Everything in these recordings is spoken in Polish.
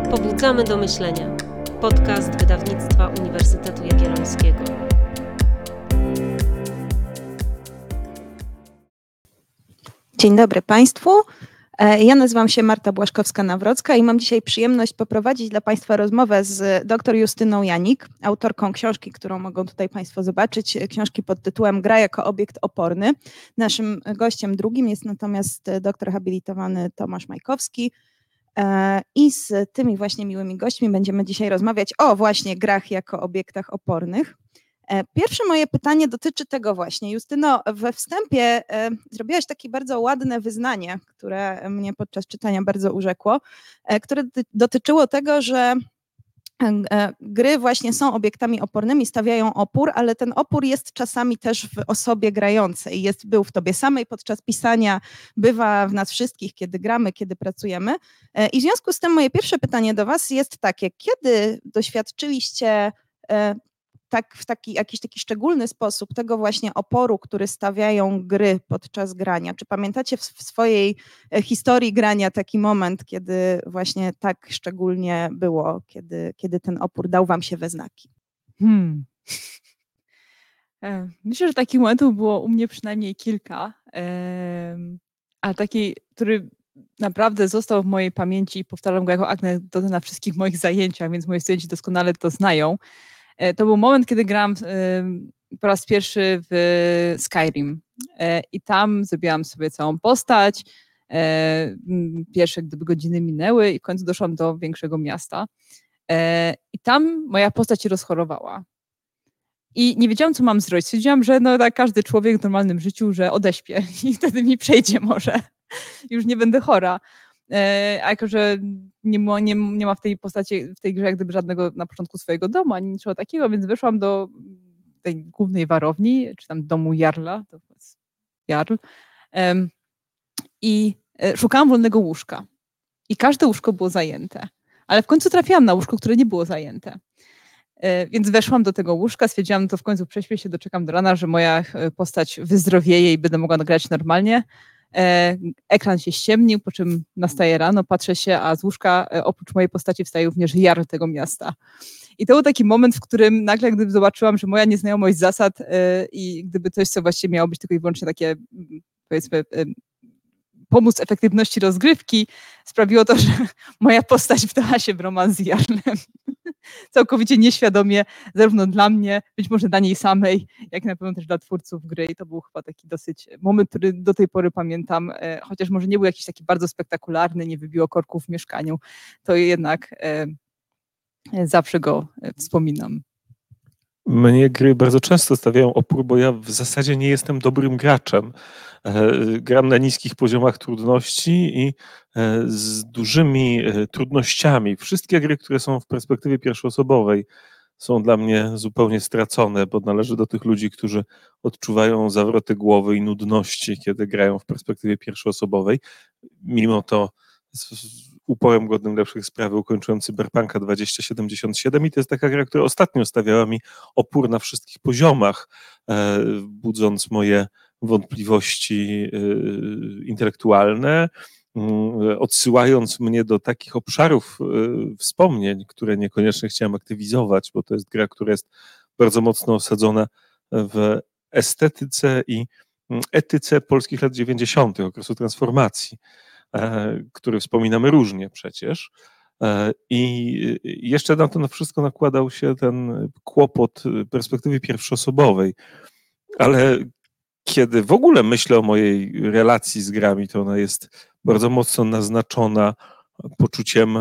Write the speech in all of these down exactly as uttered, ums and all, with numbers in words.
Pobudzamy do myślenia. Podcast wydawnictwa Uniwersytetu Jagiellońskiego. Dzień dobry Państwu. Ja nazywam się Marta Błaszkowska-Nawrocka i mam dzisiaj przyjemność poprowadzić dla Państwa rozmowę z dr Justyną Janik, autorką książki, którą mogą tutaj Państwo zobaczyć, książki pod tytułem Gra jako obiekt oporny. Naszym gościem drugim jest natomiast doktor habilitowany Tomasz Majkowski i z tymi właśnie miłymi gośćmi będziemy dzisiaj rozmawiać o właśnie grach jako obiektach opornych. Pierwsze moje pytanie dotyczy tego właśnie. Justyno, we wstępie zrobiłaś takie bardzo ładne wyznanie, które mnie podczas czytania bardzo urzekło, które dotyczyło tego, że gry właśnie są obiektami opornymi, stawiają opór, ale ten opór jest czasami też w osobie grającej. Jest, był w tobie samej podczas pisania, bywa w nas wszystkich, kiedy gramy, kiedy pracujemy. I w związku z tym moje pierwsze pytanie do was jest takie, kiedy doświadczyliście tak w taki, jakiś taki szczególny sposób tego właśnie oporu, który stawiają gry podczas grania? Czy pamiętacie w, w swojej historii grania taki moment, kiedy właśnie tak szczególnie było, kiedy, kiedy ten opór dał wam się we znaki? Hmm. Myślę, że takich momentów było u mnie przynajmniej kilka, ale taki, który naprawdę został w mojej pamięci i powtarzam go jako anegdotę na wszystkich moich zajęciach, więc moi studenci doskonale to znają. To był moment, kiedy grałam po raz pierwszy w Skyrim i tam zrobiłam sobie całą postać. Pierwsze gdyby godziny minęły i w końcu doszłam do większego miasta. I tam moja postać się rozchorowała. I nie wiedziałam, co mam zrobić. Stwierdziłam, że no, tak każdy człowiek w normalnym życiu, że odeśpię i wtedy mi przejdzie może. Już nie będę chora. A jako, że nie ma, nie, nie ma w tej postaci, w tej grze jak gdyby żadnego na początku swojego domu, ani niczego takiego, więc wyszłam do tej głównej warowni, czy tam domu Jarla, to jest Jarl, um, i szukałam wolnego łóżka. I każde łóżko było zajęte. Ale w końcu trafiłam na łóżko, które nie było zajęte. E, więc weszłam do tego łóżka, stwierdziłam, no to w końcu prześpię się, doczekam do rana, że moja postać wyzdrowieje i będę mogła grać normalnie. Ekran się ściemnił, po czym nastaje rano, patrzę się, a z łóżka oprócz mojej postaci wstaje również Jarl tego miasta. I to był taki moment, w którym nagle gdyby zobaczyłam, że moja nieznajomość zasad i gdyby coś, co właściwie miało być tylko i wyłącznie takie, powiedzmy, pomóc efektywności rozgrywki, sprawiło to, że moja postać wdała się w romans z Jarlem. Całkowicie nieświadomie, zarówno dla mnie, być może dla niej samej, jak na pewno też dla twórców gry. I to był chyba taki dosyć moment, który do tej pory pamiętam, chociaż może nie był jakiś taki bardzo spektakularny, nie wybiło korków w mieszkaniu, to jednak e, zawsze go wspominam. Mnie gry bardzo często stawiają opór, bo ja w zasadzie nie jestem dobrym graczem. Gram na niskich poziomach trudności i z dużymi trudnościami. Wszystkie gry, które są w perspektywie pierwszoosobowej, są dla mnie zupełnie stracone, bo należę do tych ludzi, którzy odczuwają zawroty głowy i nudności, kiedy grają w perspektywie pierwszoosobowej. Mimo to z uporem godnym lepszych sprawy ukończyłem Cyberpunka dwadzieścia siedemdziesiąt siedem i to jest taka gra, która ostatnio stawiała mi opór na wszystkich poziomach, budząc moje wątpliwości intelektualne, odsyłając mnie do takich obszarów wspomnień, które niekoniecznie chciałem aktywizować, bo to jest gra, która jest bardzo mocno osadzona w estetyce i etyce polskich lat dziewięćdziesiątych, okresu transformacji, który wspominamy różnie przecież. I jeszcze na to na wszystko nakładał się ten kłopot perspektywy pierwszoosobowej. Ale kiedy w ogóle myślę o mojej relacji z grami, to ona jest bardzo mocno naznaczona poczuciem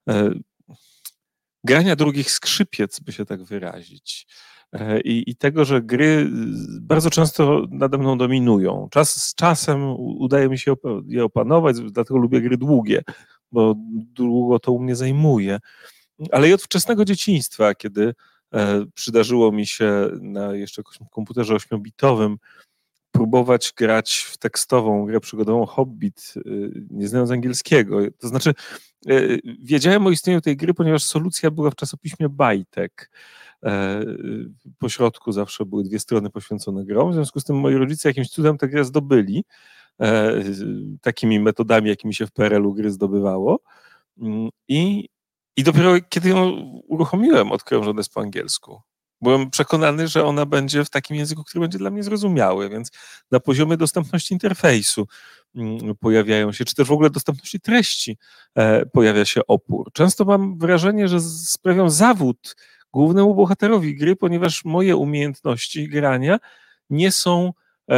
grania drugich skrzypiec, by się tak wyrazić. I, I tego, że gry bardzo często nade mną dominują. Czas z czasem udaje mi się je opanować, dlatego lubię gry długie, bo długo to u mnie zajmuje. Ale i od wczesnego dzieciństwa, kiedy przydarzyło mi się na jeszcze komputerze ośmiobitowym próbować grać w tekstową grę przygodową Hobbit, nie znając angielskiego. To znaczy, wiedziałem o istnieniu tej gry, ponieważ solucja była w czasopiśmie Bajtek. Po środku zawsze były dwie strony poświęcone grom, w związku z tym moi rodzice jakimś cudem tę grę zdobyli, takimi metodami, jakimi się w P R L u gry zdobywało. I I dopiero kiedy ją uruchomiłem, odkryłem, że ona jest po angielsku. Byłem przekonany, że ona będzie w takim języku, który będzie dla mnie zrozumiały, więc na poziomie dostępności interfejsu pojawiają się, czy też w ogóle dostępności treści pojawia się opór. Często mam wrażenie, że sprawiam zawód głównemu bohaterowi gry, ponieważ moje umiejętności grania nie są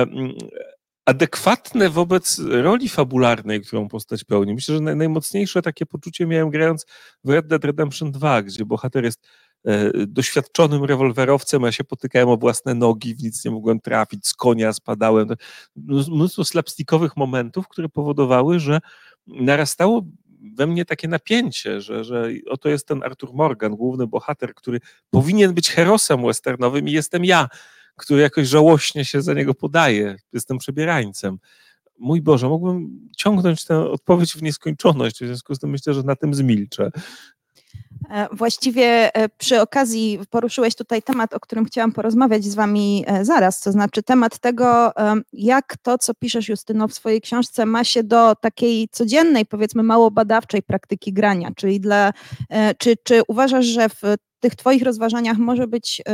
adekwatne wobec roli fabularnej, którą postać pełni. Myślę, że najmocniejsze takie poczucie miałem grając w Red Dead Redemption dwa, gdzie bohater jest doświadczonym rewolwerowcem, ja się potykałem o własne nogi, w nic nie mogłem trafić, z konia spadałem. Mnóstwo slapstickowych momentów, które powodowały, że narastało we mnie takie napięcie, że, że oto jest ten Arthur Morgan, główny bohater, który powinien być herosem westernowym i jestem ja, który jakoś żałośnie się za niego podaje. Jestem przebierańcem. Mój Boże, mógłbym ciągnąć tę odpowiedź w nieskończoność, w związku z tym myślę, że na tym zmilczę. Właściwie przy okazji poruszyłeś tutaj temat, o którym chciałam porozmawiać z wami zaraz, to znaczy temat tego, jak to, co piszesz, Justyno, w swojej książce ma się do takiej codziennej, powiedzmy mało badawczej praktyki grania, czyli dla, czy, czy uważasz, że w tych twoich rozważaniach może być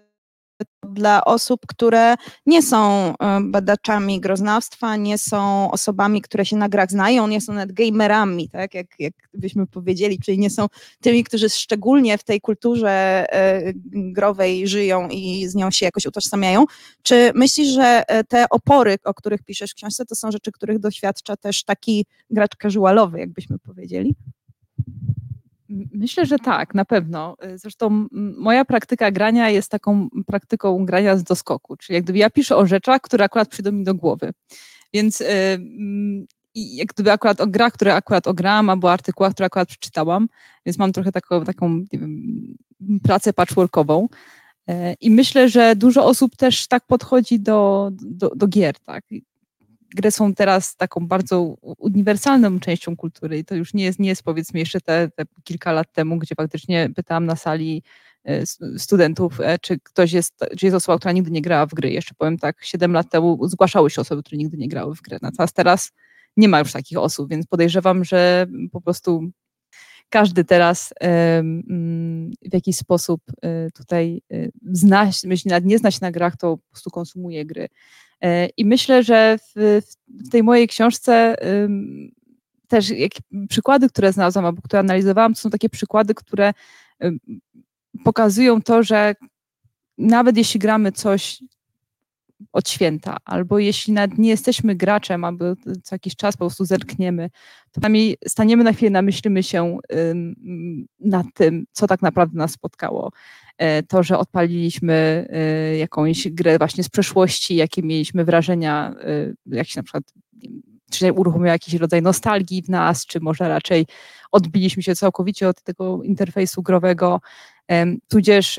dla osób, które nie są badaczami groznawstwa, nie są osobami, które się na grach znają, nie są nawet gamerami, tak, jak, jak byśmy powiedzieli, czyli nie są tymi, którzy szczególnie w tej kulturze growej żyją i z nią się jakoś utożsamiają. Czy myślisz, że te opory, o których piszesz w książce, to są rzeczy, których doświadcza też taki gracz casualowy, jakbyśmy powiedzieli? Myślę, że tak, na pewno. Zresztą moja praktyka grania jest taką praktyką grania z doskoku, czyli jak gdyby ja piszę o rzeczach, które akurat przyjdą mi do głowy. Więc yy, jak gdyby akurat o grach, które akurat ograłam, albo artykułach, które akurat przeczytałam, więc mam trochę taką, taką nie wiem, pracę patchworkową. Yy, I myślę, że dużo osób też tak podchodzi do, do, do gier, tak. Gry są teraz taką bardzo uniwersalną częścią kultury i to już nie jest, nie jest powiedzmy jeszcze te, te kilka lat temu, gdzie faktycznie pytałam na sali studentów, czy ktoś jest, czy jest osoba, która nigdy nie grała w gry. Jeszcze powiem tak, siedem lat temu zgłaszały się osoby, które nigdy nie grały w gry. Natomiast teraz nie ma już takich osób, więc podejrzewam, że po prostu każdy teraz w jakiś sposób tutaj zna, jeśli nawet nie zna się na grach, to po prostu konsumuje gry. I myślę, że w, w tej mojej książce um, też jak, przykłady, które znalazłam, albo które analizowałam, to są takie przykłady, które um, pokazują to, że nawet jeśli gramy coś od święta, albo jeśli nawet nie jesteśmy graczem, albo co jakiś czas po prostu zerkniemy, to przynajmniej staniemy na chwilę, namyślimy się um, nad tym, co tak naprawdę nas spotkało. To, że odpaliliśmy jakąś grę właśnie z przeszłości, jakie mieliśmy wrażenia, jak się na przykład, czy uruchomił jakiś rodzaj nostalgii w nas, czy może raczej odbiliśmy się całkowicie od tego interfejsu growego, tudzież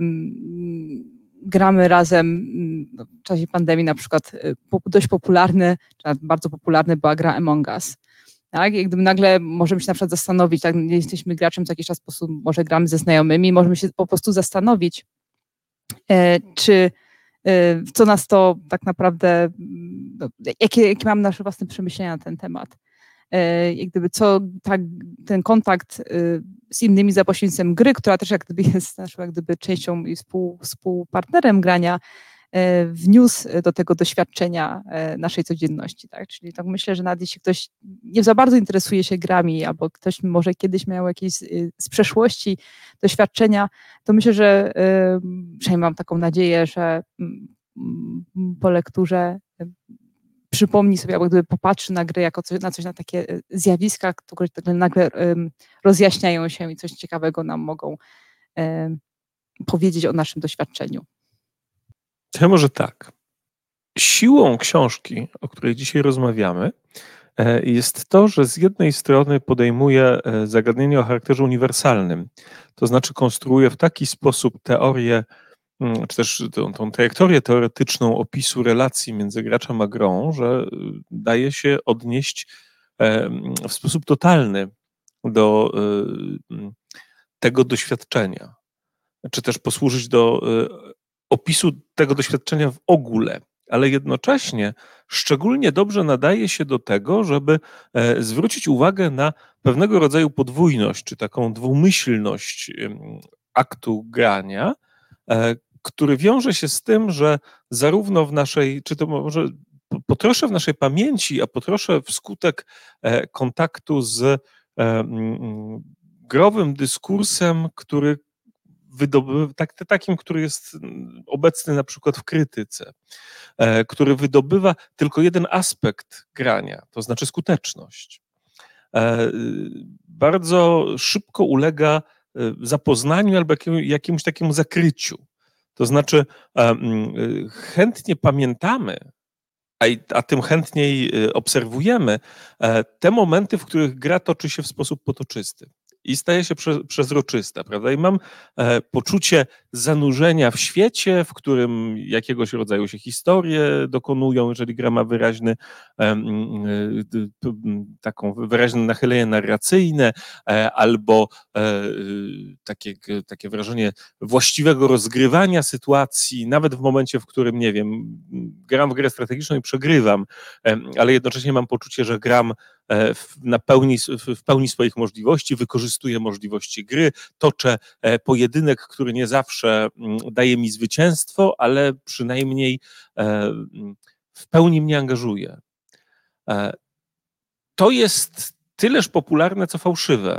gramy razem w czasie pandemii na przykład dość popularny, czy bardzo popularny była gra Among Us. Tak? Jak gdyby nagle możemy się na przykład zastanowić, tak, nie jesteśmy graczem co jakiś czas, po prostu może gramy ze znajomymi, możemy się po prostu zastanowić, e, czy e, co nas to tak naprawdę, no, jakie, jakie mamy nasze własne przemyślenia na ten temat. E, jak gdyby co tak, ten kontakt e, z innymi za pośrednictwem gry, która też jak gdyby jest naszą jak gdyby częścią i współ, współpartnerem grania, wniósł do tego doświadczenia naszej codzienności. Tak? Czyli tak myślę, że nawet jeśli ktoś nie za bardzo interesuje się grami, albo ktoś może kiedyś miał jakieś z przeszłości doświadczenia, to myślę, że przynajmniej mam taką nadzieję, że po lekturze przypomni sobie, albo gdyby popatrzy na gry jako coś, na coś, na takie zjawiska, które nagle rozjaśniają się i coś ciekawego nam mogą powiedzieć o naszym doświadczeniu. Ja może tak. Siłą książki, o której dzisiaj rozmawiamy, jest to, że z jednej strony podejmuje zagadnienie o charakterze uniwersalnym, to znaczy konstruuje w taki sposób teorię, czy też tą, tą trajektorię teoretyczną opisu relacji między graczem a grą, że daje się odnieść w sposób totalny do tego doświadczenia, czy też posłużyć do opisu tego doświadczenia w ogóle. ale jednocześnie szczególnie dobrze nadaje się do tego, żeby e, zwrócić uwagę na pewnego rodzaju podwójność, czy taką dwumyślność em, aktu grania, e, który wiąże się z tym, że zarówno w naszej, czy to może po- po trosze w naszej pamięci, a po trosze wskutek e, kontaktu z e, mm, growym dyskursem, który wydobywa, tak, takim, który jest obecny na przykład w krytyce, e, który wydobywa tylko jeden aspekt grania, to znaczy skuteczność. E, Bardzo szybko ulega e, zapoznaniu albo jakiemu- jakiemuś takiemu zakryciu. To znaczy e, mm, e, chętnie pamiętamy, a, i- a tym chętniej e, obserwujemy e, te momenty, w których gra toczy się w sposób potoczysty i staje się prze, przezroczysta, prawda? I mam e, poczucie zanurzenia w świecie, w którym jakiegoś rodzaju się historie dokonują, jeżeli gra ma wyraźny, em, y, y, p- m, taką wyraźne nachylenie narracyjne, e, albo e, y, takie, k- takie wrażenie właściwego rozgrywania sytuacji, nawet w momencie, w którym, nie wiem, gram w grę strategiczną i przegrywam, em, ale jednocześnie mam poczucie, że gram e, w, na pełni, w w pełni swoich możliwości, wykorzystuję możliwości gry, toczę e, pojedynek, który nie zawsze mm, daje mi zwycięstwo, ale przynajmniej e, mm, w pełni mnie angażuje. E, To jest tyleż popularne, co fałszywe.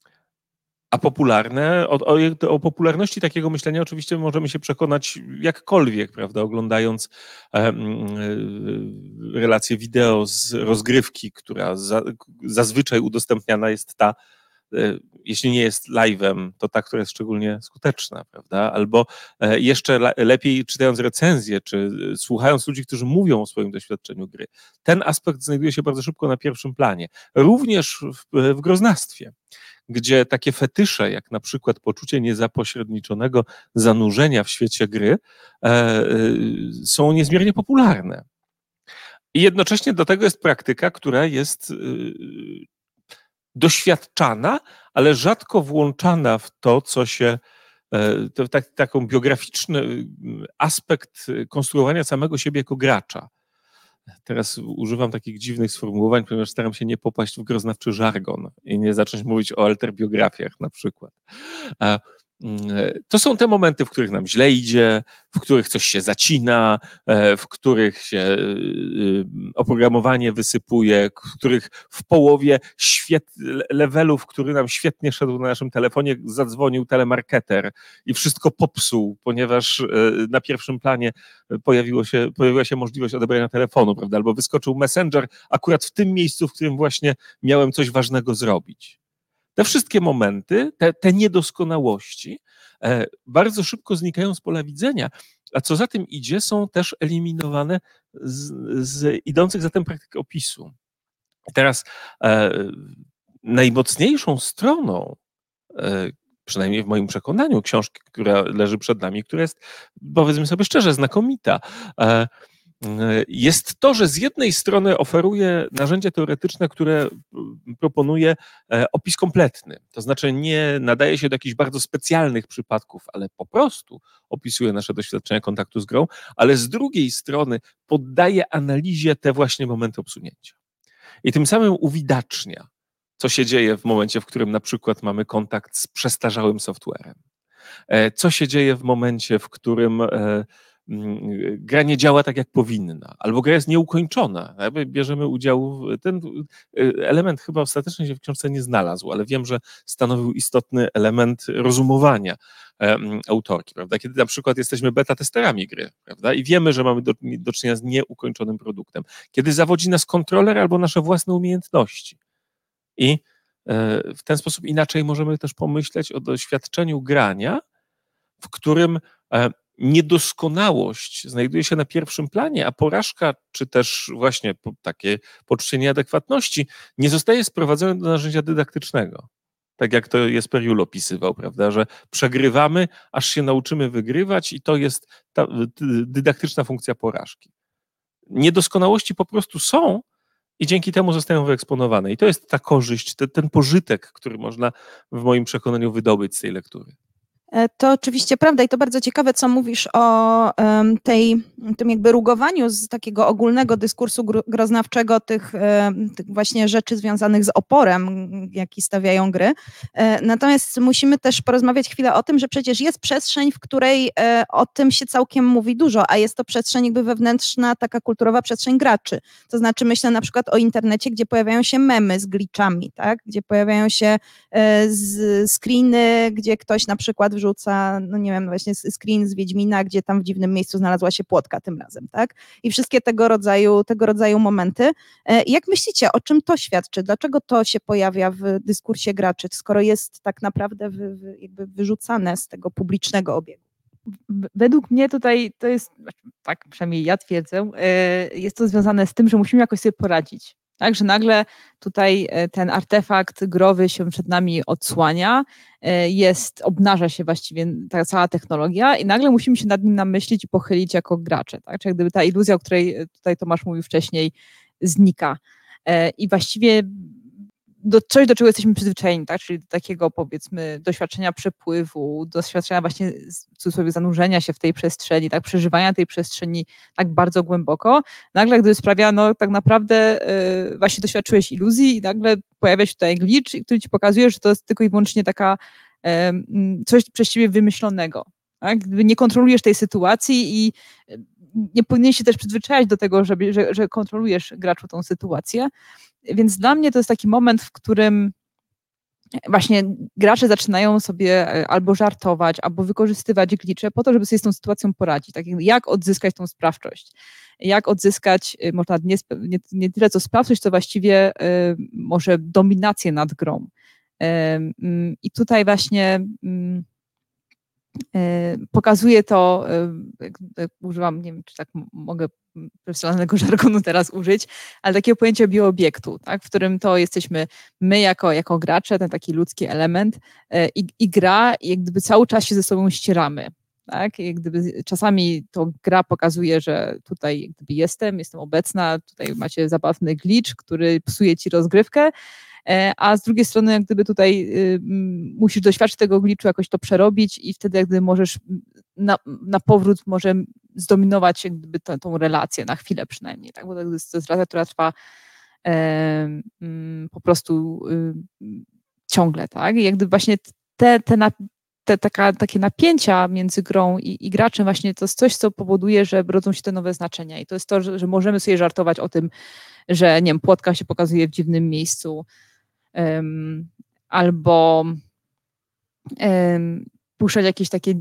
A popularne, o, o, o popularności takiego myślenia oczywiście możemy się przekonać jakkolwiek, prawda, oglądając e, mm, e, relacje wideo z rozgrywki, która za, zazwyczaj udostępniana jest ta, e, jeśli nie jest live'em, to ta, która jest szczególnie skuteczna, prawda? Albo e, jeszcze la, lepiej czytając recenzje, czy e, słuchając ludzi, którzy mówią o swoim doświadczeniu gry. Ten aspekt znajduje się bardzo szybko na pierwszym planie. Również w, w groznastwie, gdzie takie fetysze, jak na przykład poczucie niezapośredniczonego zanurzenia w świecie gry, e, e, są niezmiernie popularne. I jednocześnie do tego jest praktyka, która jest e, doświadczana, ale rzadko włączana w to, co się, e, to tak, taką biograficzny aspekt konstruowania samego siebie jako gracza. Teraz używam takich dziwnych sformułowań, ponieważ staram się nie popaść w groznawczy żargon i nie zacząć mówić o alterbiografiach na przykład. A, mm, To są te momenty, w których nam źle idzie, w których coś się zacina, e, w których się y, oprogramowanie wysypuje, w których w połowie świet, levelu, w który nam świetnie szedł na naszym telefonie, zadzwonił telemarketer i wszystko popsuł, ponieważ e, na pierwszym planie pojawiło się, pojawiła się możliwość odebrania telefonu, prawda? Albo wyskoczył Messenger akurat w tym miejscu, w którym właśnie miałem coś ważnego zrobić. Te wszystkie momenty, te, te niedoskonałości e, bardzo szybko znikają z pola widzenia, a co za tym idzie, są też eliminowane z, z idących za tym praktyk opisu. I teraz e, najmocniejszą stroną, e, przynajmniej w moim przekonaniu, książki, która leży przed nami, która jest, powiedzmy sobie szczerze, znakomita, e, jest to, że z jednej strony oferuje narzędzia teoretyczne, które proponuje opis kompletny, to znaczy nie nadaje się do jakichś bardzo specjalnych przypadków, ale po prostu opisuje nasze doświadczenia kontaktu z grą, ale z drugiej strony poddaje analizie te właśnie momenty obsunięcia. I tym samym uwidacznia, co się dzieje w momencie, w którym na przykład mamy kontakt z przestarzałym softwarem. Co się dzieje w momencie, w którym gra nie działa tak, jak powinna, albo gra jest nieukończona. Bierzemy udział w ten element chyba ostatecznie się w książce nie znalazł, ale wiem, że stanowił istotny element rozumowania autorki, prawda? Kiedy na przykład jesteśmy beta-testerami gry, prawda? I wiemy, że mamy do, do czynienia z nieukończonym produktem. Kiedy zawodzi nas kontroler albo nasze własne umiejętności. I w ten sposób inaczej możemy też pomyśleć o doświadczeniu grania, w którym niedoskonałość znajduje się na pierwszym planie, a porażka, czy też właśnie takie poczucie nieadekwatności nie zostaje sprowadzone do narzędzia dydaktycznego. Tak jak to Jesper Juhl opisywał, prawda, że przegrywamy, aż się nauczymy wygrywać i to jest ta dydaktyczna funkcja porażki. Niedoskonałości po prostu są i dzięki temu zostają wyeksponowane. I to jest ta korzyść, te, ten pożytek, który można w moim przekonaniu wydobyć z tej lektury. To oczywiście prawda i to bardzo ciekawe, co mówisz o um, tej, tym jakby rugowaniu z takiego ogólnego dyskursu gro, groznawczego tych, um, tych właśnie rzeczy związanych z oporem, jaki stawiają gry. E, natomiast musimy też porozmawiać chwilę o tym, że przecież jest przestrzeń, w której e, o tym się całkiem mówi dużo, a jest to przestrzeń jakby wewnętrzna, taka kulturowa przestrzeń graczy. To znaczy myślę na przykład o internecie, gdzie pojawiają się memy z glitchami, tak? Gdzie pojawiają się e, z, screeny, gdzie ktoś na przykład wrzuca, no nie wiem, właśnie screen z Wiedźmina, gdzie tam w dziwnym miejscu znalazła się płotka tym razem, tak? I wszystkie tego rodzaju, tego rodzaju momenty. Jak myślicie, o czym to świadczy? Dlaczego to się pojawia w dyskursie graczy, skoro jest tak naprawdę wy, wy, jakby wyrzucane z tego publicznego obiegu? Według mnie tutaj to jest, tak przynajmniej ja twierdzę, jest to związane z tym, że musimy jakoś sobie poradzić. Tak, że nagle tutaj ten artefakt growy się przed nami odsłania, jest, obnaża się właściwie ta cała technologia i nagle musimy się nad nim namyślić i pochylić jako gracze. Tak? Czyli jak gdyby ta iluzja, o której tutaj Tomasz mówił wcześniej, znika. I właściwie do coś, do czego jesteśmy przyzwyczajeni, tak? Czyli do takiego, powiedzmy, doświadczenia przepływu, doświadczenia właśnie w cudzysłowie zanurzenia się w tej przestrzeni, tak? Przeżywania tej przestrzeni tak bardzo głęboko, nagle gdy sprawia, no tak naprawdę yy, właśnie doświadczyłeś iluzji i nagle pojawia się tutaj glitch, który ci pokazuje, że to jest tylko i wyłącznie taka yy, coś przez ciebie wymyślonego. Tak? Gdyby nie kontrolujesz tej sytuacji i nie powinieneś się też przyzwyczajać do tego, żeby, że, że kontrolujesz graczu tą sytuację. Więc dla mnie to jest taki moment, w którym właśnie gracze zaczynają sobie albo żartować, albo wykorzystywać glitche po to, żeby sobie z tą sytuacją poradzić. Tak jak odzyskać tą sprawczość. Jak odzyskać, można nie, nie, nie tyle co sprawczość, to właściwie y, może dominację nad grą. Y, y, I tutaj właśnie y, pokazuje to, używam, nie wiem, czy tak mogę profesjonalnego żargonu teraz użyć, ale takiego pojęcia bioobiektu, tak, w którym to jesteśmy my jako, jako gracze, ten taki ludzki element i, i gra, i jak gdyby cały czas się ze sobą ścieramy. Tak? Jak gdyby czasami to gra pokazuje, że tutaj jak gdyby jestem, jestem obecna, tutaj macie zabawny glitch, który psuje ci rozgrywkę, a z drugiej strony jak gdyby tutaj y, musisz doświadczyć tego glitchu, jakoś to przerobić i wtedy jak gdyby możesz na, na powrót może zdominować jak gdyby tą, tą relację, na chwilę przynajmniej, tak? Bo to jest relacja, która trwa e, y, po prostu y, ciągle, tak? I jak gdyby właśnie te, te, na, te taka, takie napięcia między grą i, i graczem właśnie to jest coś, co powoduje, że rodzą się te nowe znaczenia i to jest to, że, że możemy sobie żartować o tym, że nie wiem, płotka się pokazuje w dziwnym miejscu, Um, albo um, puszczać jakieś takie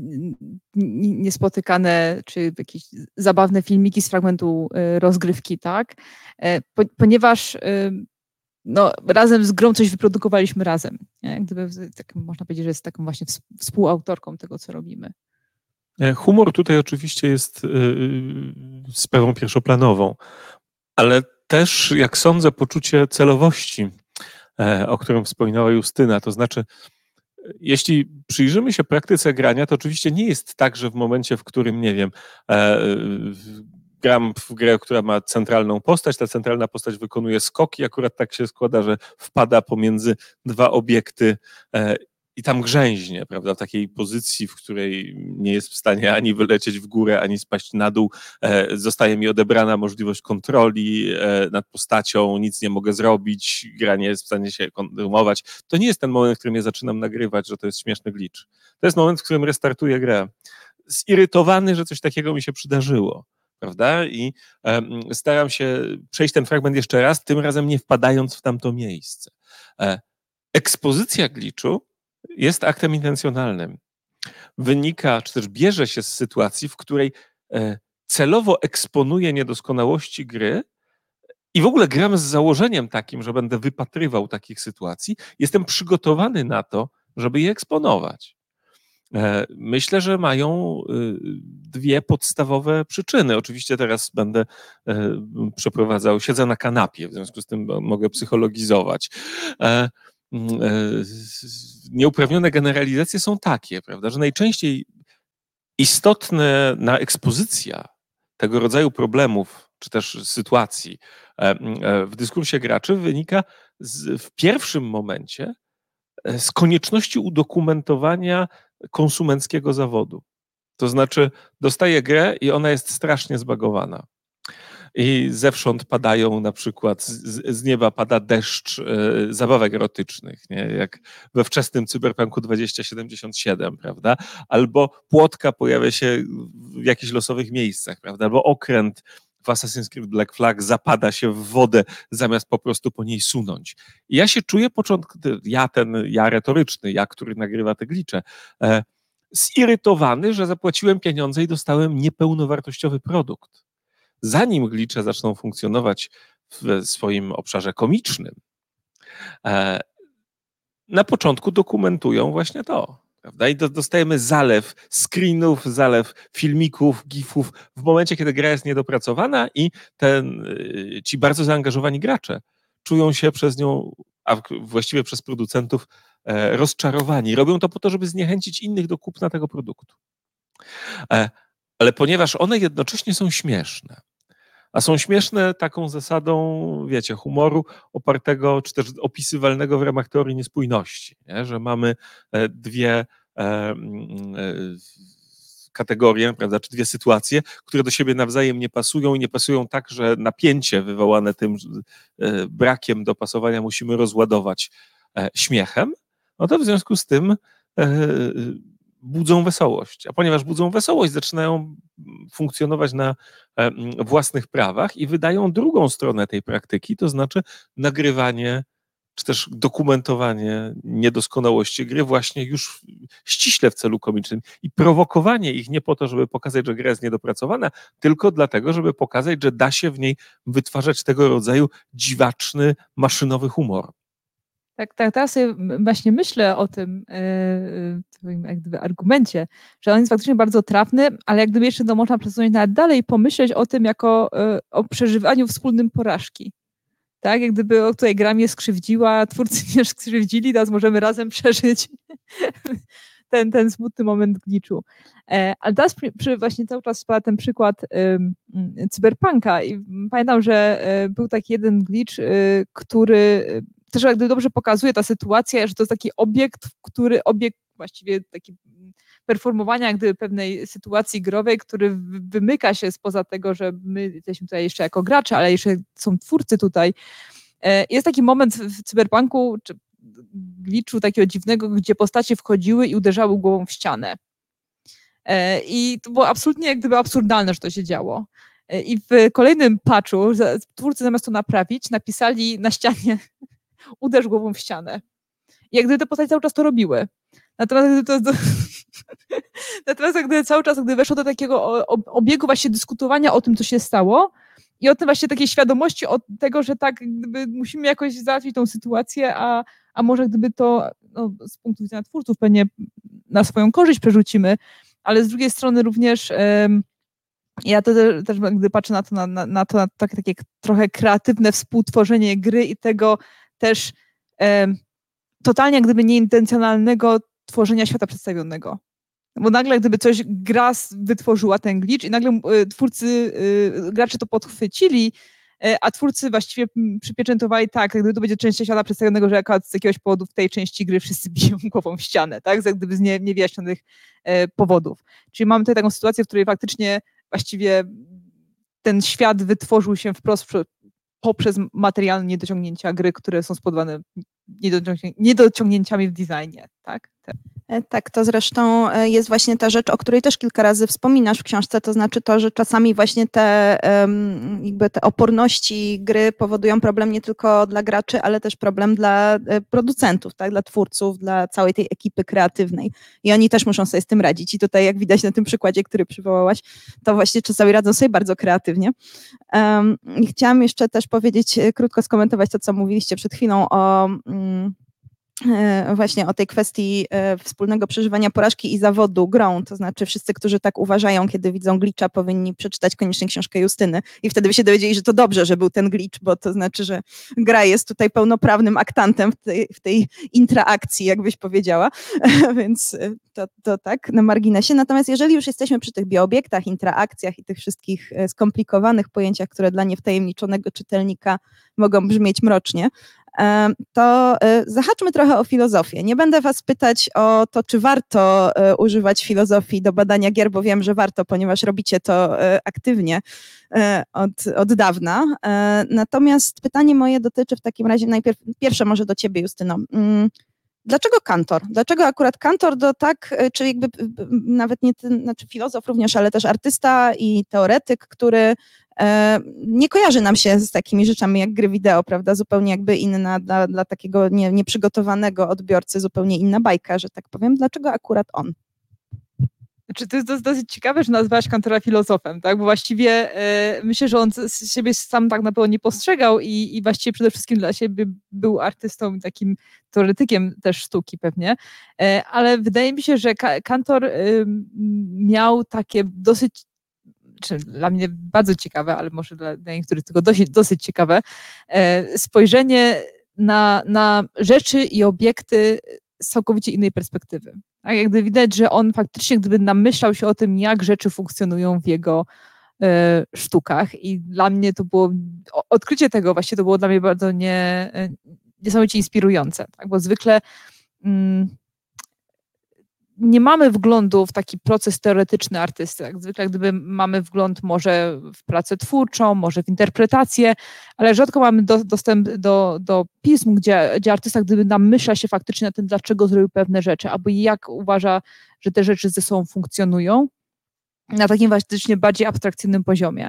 niespotykane czy jakieś zabawne filmiki z fragmentu y, rozgrywki, tak? E, po, ponieważ y, no, razem z grą coś wyprodukowaliśmy razem. Nie? Gdyby, tak, można powiedzieć, że jest taką właśnie współautorką tego, co robimy. Humor tutaj oczywiście jest y, sprawą pierwszoplanową, ale też, jak sądzę, poczucie celowości, o którym wspominała Justyna. To znaczy, jeśli przyjrzymy się praktyce grania, to oczywiście nie jest tak, że w momencie, w którym, nie wiem, e, gram w grę, która ma centralną postać, ta centralna postać wykonuje skok i akurat tak się składa, że wpada pomiędzy dwa obiekty e, i tam grzęźnie, prawda, w takiej pozycji, w której nie jest w stanie ani wylecieć w górę, ani spaść na dół. E, zostaje mi odebrana możliwość kontroli e, nad postacią, nic nie mogę zrobić, gra nie jest w stanie się kontynuować. To nie jest ten moment, w którym ja zaczynam nagrywać, że to jest śmieszny glitch. To jest moment, w którym restartuję grę. Zirytowany, że coś takiego mi się przydarzyło. Prawda? I e, staram się przejść ten fragment jeszcze raz, tym razem nie wpadając w tamto miejsce. E, ekspozycja glitchu jest aktem intencjonalnym. Wynika, czy też bierze się z sytuacji, w której e, celowo eksponuję niedoskonałości gry i w ogóle gram z założeniem takim, że będę wypatrywał takich sytuacji. Jestem przygotowany na to, żeby je eksponować. E, myślę, że mają e, dwie podstawowe przyczyny. Oczywiście teraz będę e, przeprowadzał, siedzę na kanapie, w związku z tym mogę psychologizować. E, Nieuprawnione generalizacje są takie, prawda, że najczęściej istotna ekspozycja tego rodzaju problemów, czy też sytuacji w dyskursie graczy wynika z, w pierwszym momencie z konieczności udokumentowania konsumenckiego zawodu. To znaczy dostaję grę i ona jest strasznie zbagowana. I zewsząd padają na przykład, z, z nieba pada deszcz e, zabawek erotycznych, nie? Jak we wczesnym Cyberpunku dwa tysiące siedemdziesiąt siedem, prawda? Albo płotka pojawia się w jakichś losowych miejscach, prawda? Albo okręt w Assassin's Creed Black Flag zapada się w wodę, zamiast po prostu po niej sunąć. I ja się czuję początku, ja ten, ja retoryczny, ja, który nagrywa te glicze, e, zirytowany, że zapłaciłem pieniądze i dostałem niepełnowartościowy produkt. Zanim glicze zaczną funkcjonować w swoim obszarze komicznym, e, na początku dokumentują właśnie to. Prawda? I do, dostajemy zalew screenów, zalew filmików, gifów w momencie, kiedy gra jest niedopracowana i ten, ci bardzo zaangażowani gracze czują się przez nią, a właściwie przez producentów e, rozczarowani. Robią to po to, żeby zniechęcić innych do kupna tego produktu. E, ale ponieważ one jednocześnie są śmieszne, a są śmieszne taką zasadą, wiecie, humoru opartego, czy też opisywalnego w ramach teorii niespójności, nie? Że mamy dwie e, e, kategorie, prawda, czy dwie sytuacje, które do siebie nawzajem nie pasują i nie pasują tak, że napięcie wywołane tym e, brakiem dopasowania musimy rozładować e, śmiechem, no to w związku z tym e, budzą wesołość. A ponieważ budzą wesołość, zaczynają funkcjonować na własnych prawach i wydają drugą stronę tej praktyki, to znaczy nagrywanie czy też dokumentowanie niedoskonałości gry właśnie już ściśle w celu komicznym i prowokowanie ich nie po to, żeby pokazać, że gra jest niedopracowana, tylko dlatego, żeby pokazać, że da się w niej wytwarzać tego rodzaju dziwaczny, maszynowy humor. Tak, tak, teraz sobie właśnie myślę o tym twoim jak gdyby argumencie, że on jest faktycznie bardzo trafny, ale jak gdyby jeszcze to można przesunąć nawet dalej i pomyśleć o tym jako o przeżywaniu wspólnym porażki. Tak, jak gdyby o której gra mnie skrzywdziła, twórcy mnie skrzywdzili, teraz możemy razem przeżyć ten, ten smutny moment glitchu. Ale teraz przy, przy właśnie cały czas spada ten przykład um, Cyberpunka i pamiętam, że był taki jeden glitch, który też jakby dobrze pokazuje ta sytuacja, że to jest taki obiekt, który obiekt właściwie taki performowania jak gdyby pewnej sytuacji growej, który wymyka się spoza tego, że my jesteśmy tutaj jeszcze jako gracze, ale jeszcze są twórcy tutaj. Jest taki moment w Cyberpunku, czy glitchu takiego dziwnego, gdzie postacie wchodziły i uderzały głową w ścianę. I to było absolutnie jak gdyby absurdalne, że to się działo. I w kolejnym patchu twórcy zamiast to naprawić, napisali na ścianie uderz głową w ścianę. I jak gdyby te postacie cały czas to robiły. Natomiast gdy to, to natomiast gdy cały czas gdy weszło do takiego obiegu właśnie dyskutowania o tym, co się stało i o tym właśnie takiej świadomości od tego, że tak gdyby musimy jakoś załatwić tą sytuację, a, a może gdyby to no, z punktu widzenia twórców pewnie na swoją korzyść przerzucimy, ale z drugiej strony również um, ja to też, też gdy patrzę na to, na, na, na to na takie, takie trochę kreatywne współtworzenie gry i tego też um, totalnie jak gdyby nieintencjonalnego tworzenia świata przedstawionego. Bo nagle gdyby coś gra wytworzyła ten glitch i nagle y, twórcy, y, gracze to podchwycili, y, a twórcy właściwie przypieczętowali tak, gdyby to będzie część świata przedstawionego, że akurat z jakiegoś powodu w tej części gry wszyscy biją głową w ścianę, tak? Jak gdyby z nie, niewyjaśnionych y, powodów. Czyli mamy tutaj taką sytuację, w której faktycznie właściwie ten świat wytworzył się wprost poprzez materialne niedociągnięcia gry, które są spowodowane niedociągnięciami w designie, tak? tak? Tak, to zresztą jest właśnie ta rzecz, o której też kilka razy wspominasz w książce, to znaczy to, że czasami właśnie te, jakby te oporności gry powodują problem nie tylko dla graczy, ale też problem dla producentów, tak? Dla twórców, dla całej tej ekipy kreatywnej i oni też muszą sobie z tym radzić i tutaj jak widać na tym przykładzie, który przywołałaś, to właśnie czasami radzą sobie bardzo kreatywnie. I chciałam jeszcze też powiedzieć, krótko skomentować to, co mówiliście przed chwilą o właśnie o tej kwestii wspólnego przeżywania porażki i zawodu grą, to znaczy wszyscy, którzy tak uważają, kiedy widzą glitcha, powinni przeczytać koniecznie książkę Justyny i wtedy by się dowiedzieli, że to dobrze, że był ten glitch, bo to znaczy, że gra jest tutaj pełnoprawnym aktantem w tej, w tej intraakcji, jakbyś powiedziała, więc to, to tak na marginesie. Natomiast jeżeli już jesteśmy przy tych bioobiektach, intraakcjach i tych wszystkich skomplikowanych pojęciach, które dla niewtajemniczonego czytelnika mogą brzmieć mrocznie, to zahaczmy trochę o filozofię. Nie będę was pytać o to, czy warto używać filozofii do badania gier, bo wiem, że warto, ponieważ robicie to aktywnie od, od dawna. Natomiast pytanie moje dotyczy w takim razie najpierw, pierwsze może do ciebie, Justyno. Dlaczego kantor? Dlaczego akurat kantor do tak, czy jakby nawet nie ten, znaczy filozof również, ale też artysta i teoretyk, który e, nie kojarzy nam się z takimi rzeczami jak gry wideo, prawda? Zupełnie jakby inna, dla, dla takiego nie, nieprzygotowanego odbiorcy zupełnie inna bajka, że tak powiem. Dlaczego akurat on? Znaczy, to jest dosyć, dosyć ciekawe, że nazwałaś kantora filozofem, tak? Bo właściwie e, myślę, że on z siebie sam tak naprawdę nie postrzegał i, i właściwie przede wszystkim dla siebie był artystą i takim teoretykiem też sztuki pewnie, e, ale wydaje mi się, że ka- kantor e, miał takie dosyć, czy dla mnie bardzo ciekawe, ale może dla, dla niektórych tylko dosyć, dosyć ciekawe, e, spojrzenie na, na rzeczy i obiekty z całkowicie innej perspektywy. Tak, jak gdyby widać, że on faktycznie gdyby namyślał się o tym, jak rzeczy funkcjonują w jego e, sztukach i dla mnie to było, odkrycie tego właśnie to było dla mnie bardzo nie, niesamowicie inspirujące, tak, bo zwykle mm, nie mamy wglądu w taki proces teoretyczny artysty. Jak zwykle gdyby mamy wgląd może w pracę twórczą, może w interpretację, ale rzadko mamy do, dostęp do, do pism, gdzie, gdzie artysta gdyby namyśla się faktycznie na tym, dlaczego zrobił pewne rzeczy, albo jak uważa, że te rzeczy ze sobą funkcjonują na takim faktycznie bardziej abstrakcyjnym poziomie.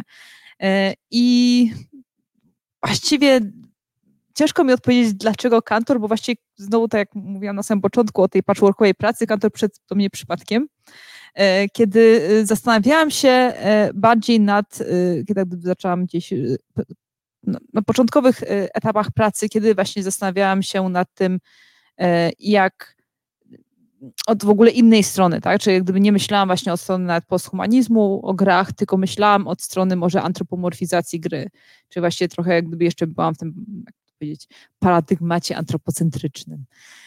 I właściwie ciężko mi odpowiedzieć, dlaczego kantor, bo właściwie znowu, tak jak mówiłam na samym początku o tej patchworkowej pracy, kantor przyszedł do mnie przypadkiem, kiedy zastanawiałam się bardziej nad, kiedy zaczęłam gdzieś na początkowych etapach pracy, kiedy właśnie zastanawiałam się nad tym, jak od w ogóle innej strony, tak? Czyli gdyby nie myślałam właśnie od strony nawet posthumanizmu o grach, tylko myślałam od strony może antropomorfizacji gry, czyli właśnie trochę jak gdyby jeszcze byłam w tym, jak to powiedzieć, paradygmacie antropocentrycznym.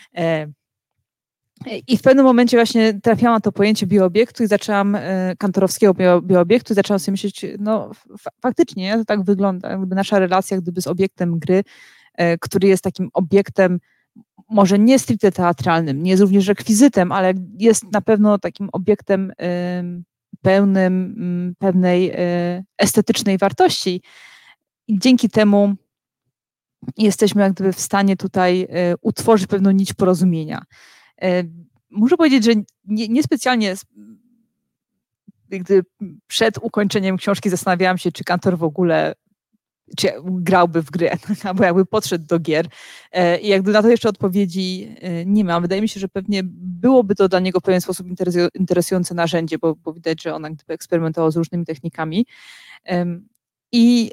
I w pewnym momencie właśnie trafiłam na to pojęcie bioobiektu i zaczęłam, kantorowskiego bio, bioobiektu i zaczęłam sobie myśleć, no f- faktycznie to tak wygląda, jakby nasza relacja gdyby z obiektem gry, który jest takim obiektem może nie stricte teatralnym, nie jest również rekwizytem, ale jest na pewno takim obiektem y, pełnym y, pewnej y, estetycznej wartości. I dzięki temu jesteśmy jak gdyby w stanie tutaj y, utworzyć pewną nić porozumienia. Y, muszę powiedzieć, że nie, niespecjalnie gdy przed ukończeniem książki zastanawiałam się, czy kantor w ogóle czy grałby w grę, albo jakby podszedł do gier. I jakby na to jeszcze odpowiedzi nie mam. Wydaje mi się, że pewnie byłoby to dla niego w pewien sposób interesujące narzędzie, bo, bo widać, że on jak gdyby eksperymentował z różnymi technikami. I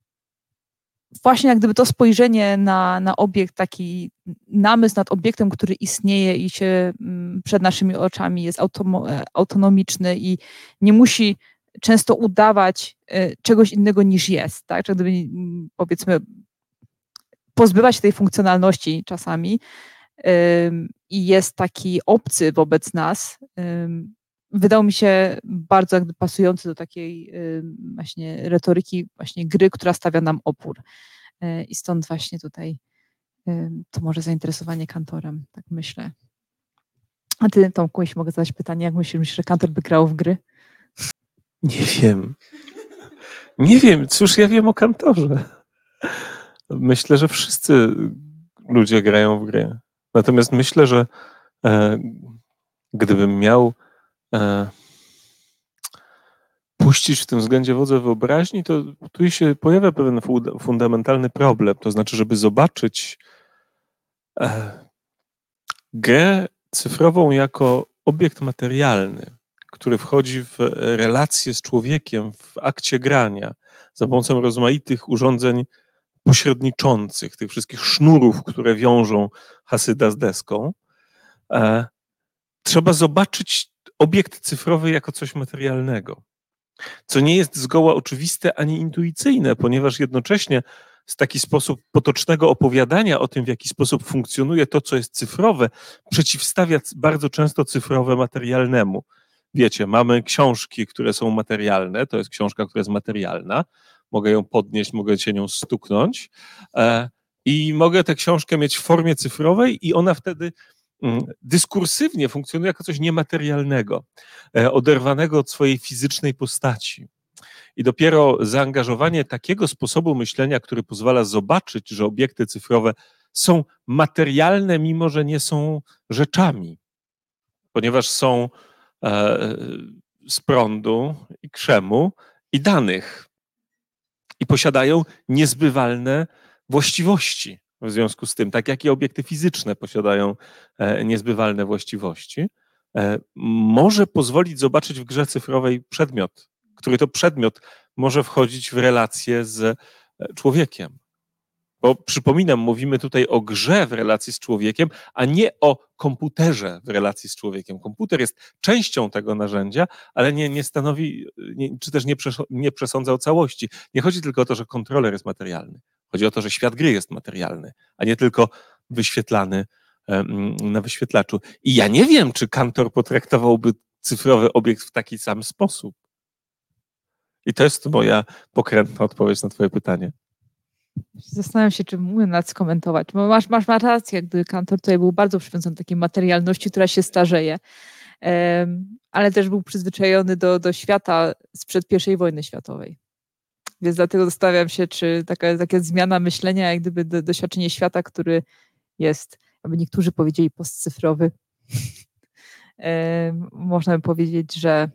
właśnie jak gdyby to spojrzenie na, na obiekt, taki namysł nad obiektem, który istnieje i się przed naszymi oczami jest automo- autonomiczny i nie musi często udawać czegoś innego niż jest, tak? Czy gdyby, powiedzmy, pozbywać się tej funkcjonalności czasami ym, i jest taki obcy wobec nas, ym, wydał mi się bardzo jakby pasujący do takiej ym, właśnie retoryki właśnie gry, która stawia nam opór. Yy, I stąd właśnie tutaj ym, to może zainteresowanie kantorem, tak myślę. A ty, Tomku, jeśli mogę zadać pytanie, jak myślisz, że kantor by grał w gry? Nie wiem. Nie wiem. Cóż ja wiem o kantorze? Myślę, że wszyscy ludzie grają w gry. Natomiast myślę, że e, gdybym miał e, puścić w tym względzie wodze wyobraźni, to tu się pojawia pewien fundamentalny problem. To znaczy, żeby zobaczyć e, grę cyfrową jako obiekt materialny, który wchodzi w relację z człowiekiem w akcie grania za pomocą rozmaitych urządzeń pośredniczących, tych wszystkich sznurów, które wiążą Hasyda z deską, e, trzeba zobaczyć obiekt cyfrowy jako coś materialnego, co nie jest zgoła oczywiste ani intuicyjne, ponieważ jednocześnie z taki sposób potocznego opowiadania o tym, w jaki sposób funkcjonuje to, co jest cyfrowe, przeciwstawia bardzo często cyfrowe materialnemu. Wiecie, mamy książki, które są materialne, to jest książka, która jest materialna, mogę ją podnieść, mogę się nią stuknąć i mogę tę książkę mieć w formie cyfrowej i ona wtedy dyskursywnie funkcjonuje jako coś niematerialnego, oderwanego od swojej fizycznej postaci. I dopiero zaangażowanie takiego sposobu myślenia, który pozwala zobaczyć, że obiekty cyfrowe są materialne, mimo że nie są rzeczami, ponieważ są z prądu i krzemu i danych i posiadają niezbywalne właściwości. W związku z tym, tak jak i obiekty fizyczne posiadają niezbywalne właściwości, może pozwolić zobaczyć w grze cyfrowej przedmiot, który to przedmiot może wchodzić w relację z człowiekiem. Bo przypominam, mówimy tutaj o grze w relacji z człowiekiem, a nie o komputerze w relacji z człowiekiem. Komputer jest częścią tego narzędzia, ale nie, nie stanowi, nie, czy też nie, przes- nie przesądza o całości. Nie chodzi tylko o to, że kontroler jest materialny. Chodzi o to, że świat gry jest materialny, a nie tylko wyświetlany um, na wyświetlaczu. I ja nie wiem, czy Kantor potraktowałby cyfrowy obiekt w taki sam sposób. I to jest moja pokrętna odpowiedź na twoje pytanie. Zastanawiam się, czy mógłbym nas skomentować, bo masz, masz, masz rację, gdy Kantor tutaj był bardzo przywiązany do takiej materialności, która się starzeje, um, ale też był przyzwyczajony do, do świata sprzed pierwszej wojny światowej. Więc dlatego zastanawiam się, czy taka, taka zmiana myślenia, jak gdyby do, doświadczenie świata, który jest, jakby niektórzy powiedzieli postcyfrowy, um, można by powiedzieć, że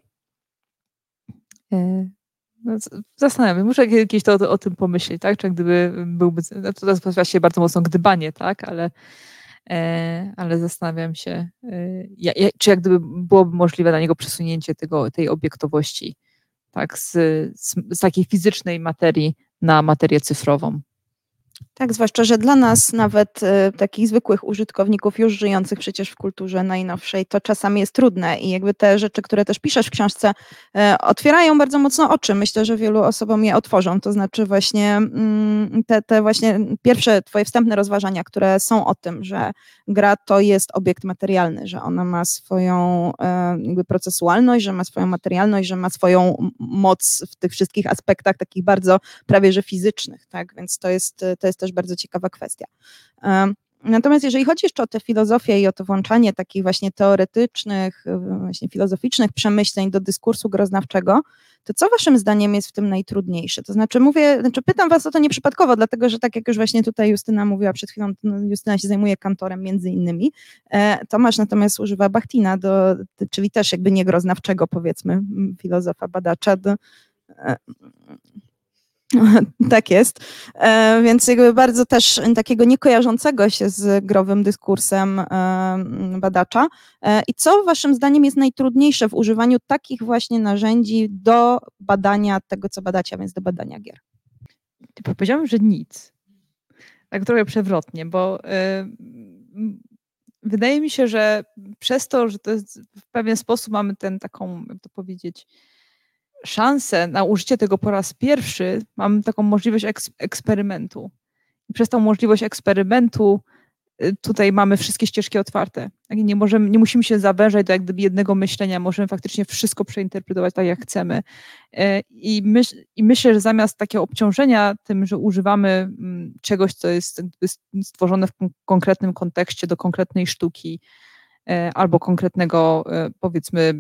um, no, zastanawiam się, muszę kiedyś to, o, o tym pomyśleć, tak? Czy jak gdyby byłby, no to jest właściwie bardzo mocno gdybanie, tak? Ale, e, ale zastanawiam się, e, ja, czy jak gdyby byłoby możliwe dla niego przesunięcie tego, tej obiektowości, tak? Z, z, z takiej fizycznej materii na materię cyfrową. Tak, zwłaszcza, że dla nas nawet y, takich zwykłych użytkowników już żyjących przecież w kulturze najnowszej, to czasami jest trudne i jakby te rzeczy, które też piszesz w książce, y, otwierają bardzo mocno oczy. Myślę, że wielu osobom je otworzą, to znaczy właśnie mm, te, te właśnie pierwsze twoje wstępne rozważania, które są o tym, że gra to jest obiekt materialny, że ona ma swoją y, jakby procesualność, że ma swoją materialność, że ma swoją moc w tych wszystkich aspektach takich bardzo prawie że fizycznych, tak, więc to jest, to jest też bardzo ciekawa kwestia. Natomiast jeżeli chodzi jeszcze o tę filozofię i o to włączanie takich właśnie teoretycznych, właśnie filozoficznych przemyśleń do dyskursu groznawczego, to co waszym zdaniem jest w tym najtrudniejsze? To znaczy mówię, znaczy pytam was o to nieprzypadkowo, dlatego że tak jak już właśnie tutaj Justyna mówiła przed chwilą, no Justyna się zajmuje Kantorem między innymi, Tomasz natomiast używa Bachtina, do, czyli też jakby nie groznawczego powiedzmy filozofa, badacza, do, tak jest, e, więc jakby bardzo też takiego niekojarzącego się z growym dyskursem e, badacza. E, I co waszym zdaniem jest najtrudniejsze w używaniu takich właśnie narzędzi do badania tego, co badacie, a więc do badania gier? Powiedziałam, że nic. Tak trochę przewrotnie, bo y, wydaje mi się, że przez to, że to jest, w pewien sposób mamy ten taką, jak to powiedzieć, szansę na użycie tego po raz pierwszy, mam taką możliwość eks- eksperymentu. I przez tą możliwość eksperymentu y, tutaj mamy wszystkie ścieżki otwarte. Nie, możemy, nie musimy się zawężać do jak gdyby jednego myślenia, możemy faktycznie wszystko przeinterpretować tak, jak chcemy. Y, I, myśl, I myślę, że zamiast takiego obciążenia tym, że używamy mm, czegoś, co jest stworzone w kon- konkretnym kontekście do konkretnej sztuki y, albo konkretnego, y, powiedzmy,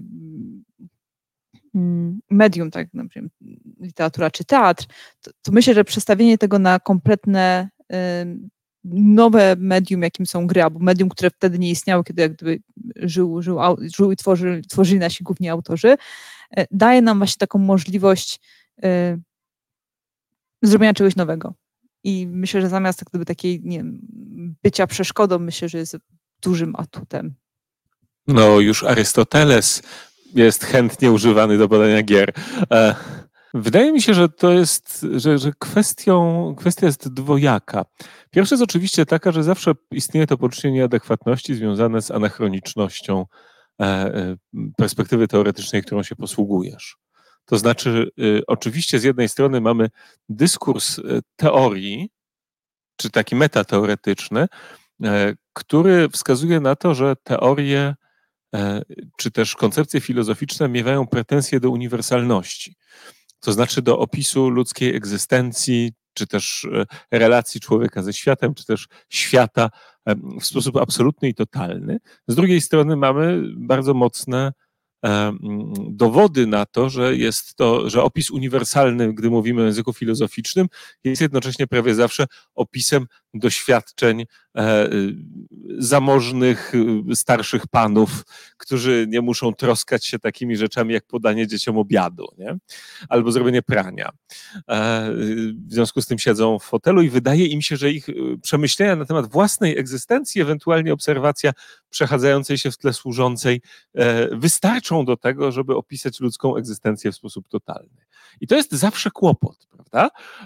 medium, tak na przykład literatura czy teatr, to, to myślę, że przestawienie tego na kompletne y, nowe medium, jakim są gry, albo medium, które wtedy nie istniało, kiedy jak gdyby żył, żył, żył i tworzyli, tworzyli nasi główni autorzy, y, daje nam właśnie taką możliwość y, zrobienia czegoś nowego. I myślę, że zamiast jak gdyby takiej, nie wiem, bycia przeszkodą, myślę, że jest dużym atutem. No już Arystoteles jest chętnie używany do badania gier. Wydaje mi się, że to jest, że, że kwestią, kwestia jest dwojaka. Pierwsza jest oczywiście taka, że zawsze istnieje to poczucie nieadekwatności związane z anachronicznością perspektywy teoretycznej, którą się posługujesz. To znaczy, oczywiście z jednej strony mamy dyskurs teorii, czy taki metateoretyczny, który wskazuje na to, że teorie czy też koncepcje filozoficzne miewają pretensje do uniwersalności, to znaczy do opisu ludzkiej egzystencji czy też relacji człowieka ze światem, czy też świata w sposób absolutny i totalny. Z drugiej strony mamy bardzo mocne dowody na to, że jest to, że opis uniwersalny, gdy mówimy o języku filozoficznym, jest jednocześnie prawie zawsze opisem doświadczeń zamożnych, starszych panów, którzy nie muszą troskać się takimi rzeczami jak podanie dzieciom obiadu, nie? Albo zrobienie prania. W związku z tym siedzą w fotelu i wydaje im się, że ich przemyślenia na temat własnej egzystencji, ewentualnie obserwacja przechadzającej się w tle służącej wystarczą do tego, żeby opisać ludzką egzystencję w sposób totalny. I to jest zawsze kłopot, prawda?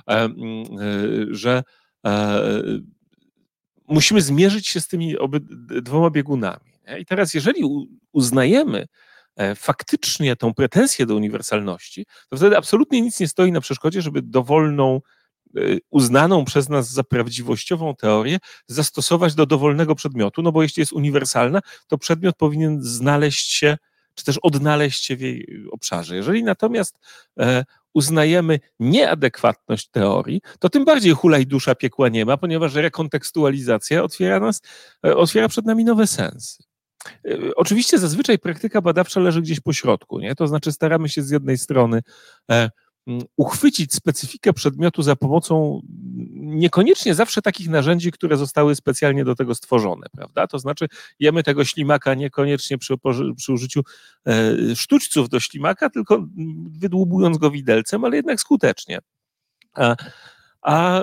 Że musimy zmierzyć się z tymi obydwoma biegunami. Nie? I teraz, jeżeli uznajemy faktycznie tą pretensję do uniwersalności, to wtedy absolutnie nic nie stoi na przeszkodzie, żeby dowolną, uznaną przez nas za prawdziwościową teorię zastosować do dowolnego przedmiotu, no bo jeśli jest uniwersalna, to przedmiot powinien znaleźć się, czy też odnaleźć się w jej obszarze. Jeżeli natomiast uznajemy nieadekwatność teorii, to tym bardziej hulaj dusza, piekła nie ma, ponieważ rekontekstualizacja otwiera nas, otwiera przed nami nowe sensy. Oczywiście zazwyczaj praktyka badawcza leży gdzieś po środku, nie? To znaczy staramy się z jednej strony uchwycić specyfikę przedmiotu za pomocą niekoniecznie zawsze takich narzędzi, które zostały specjalnie do tego stworzone, prawda? To znaczy jemy tego ślimaka niekoniecznie przy, przy użyciu sztućców do ślimaka, tylko wydłubując go widelcem, ale jednak skutecznie. A, a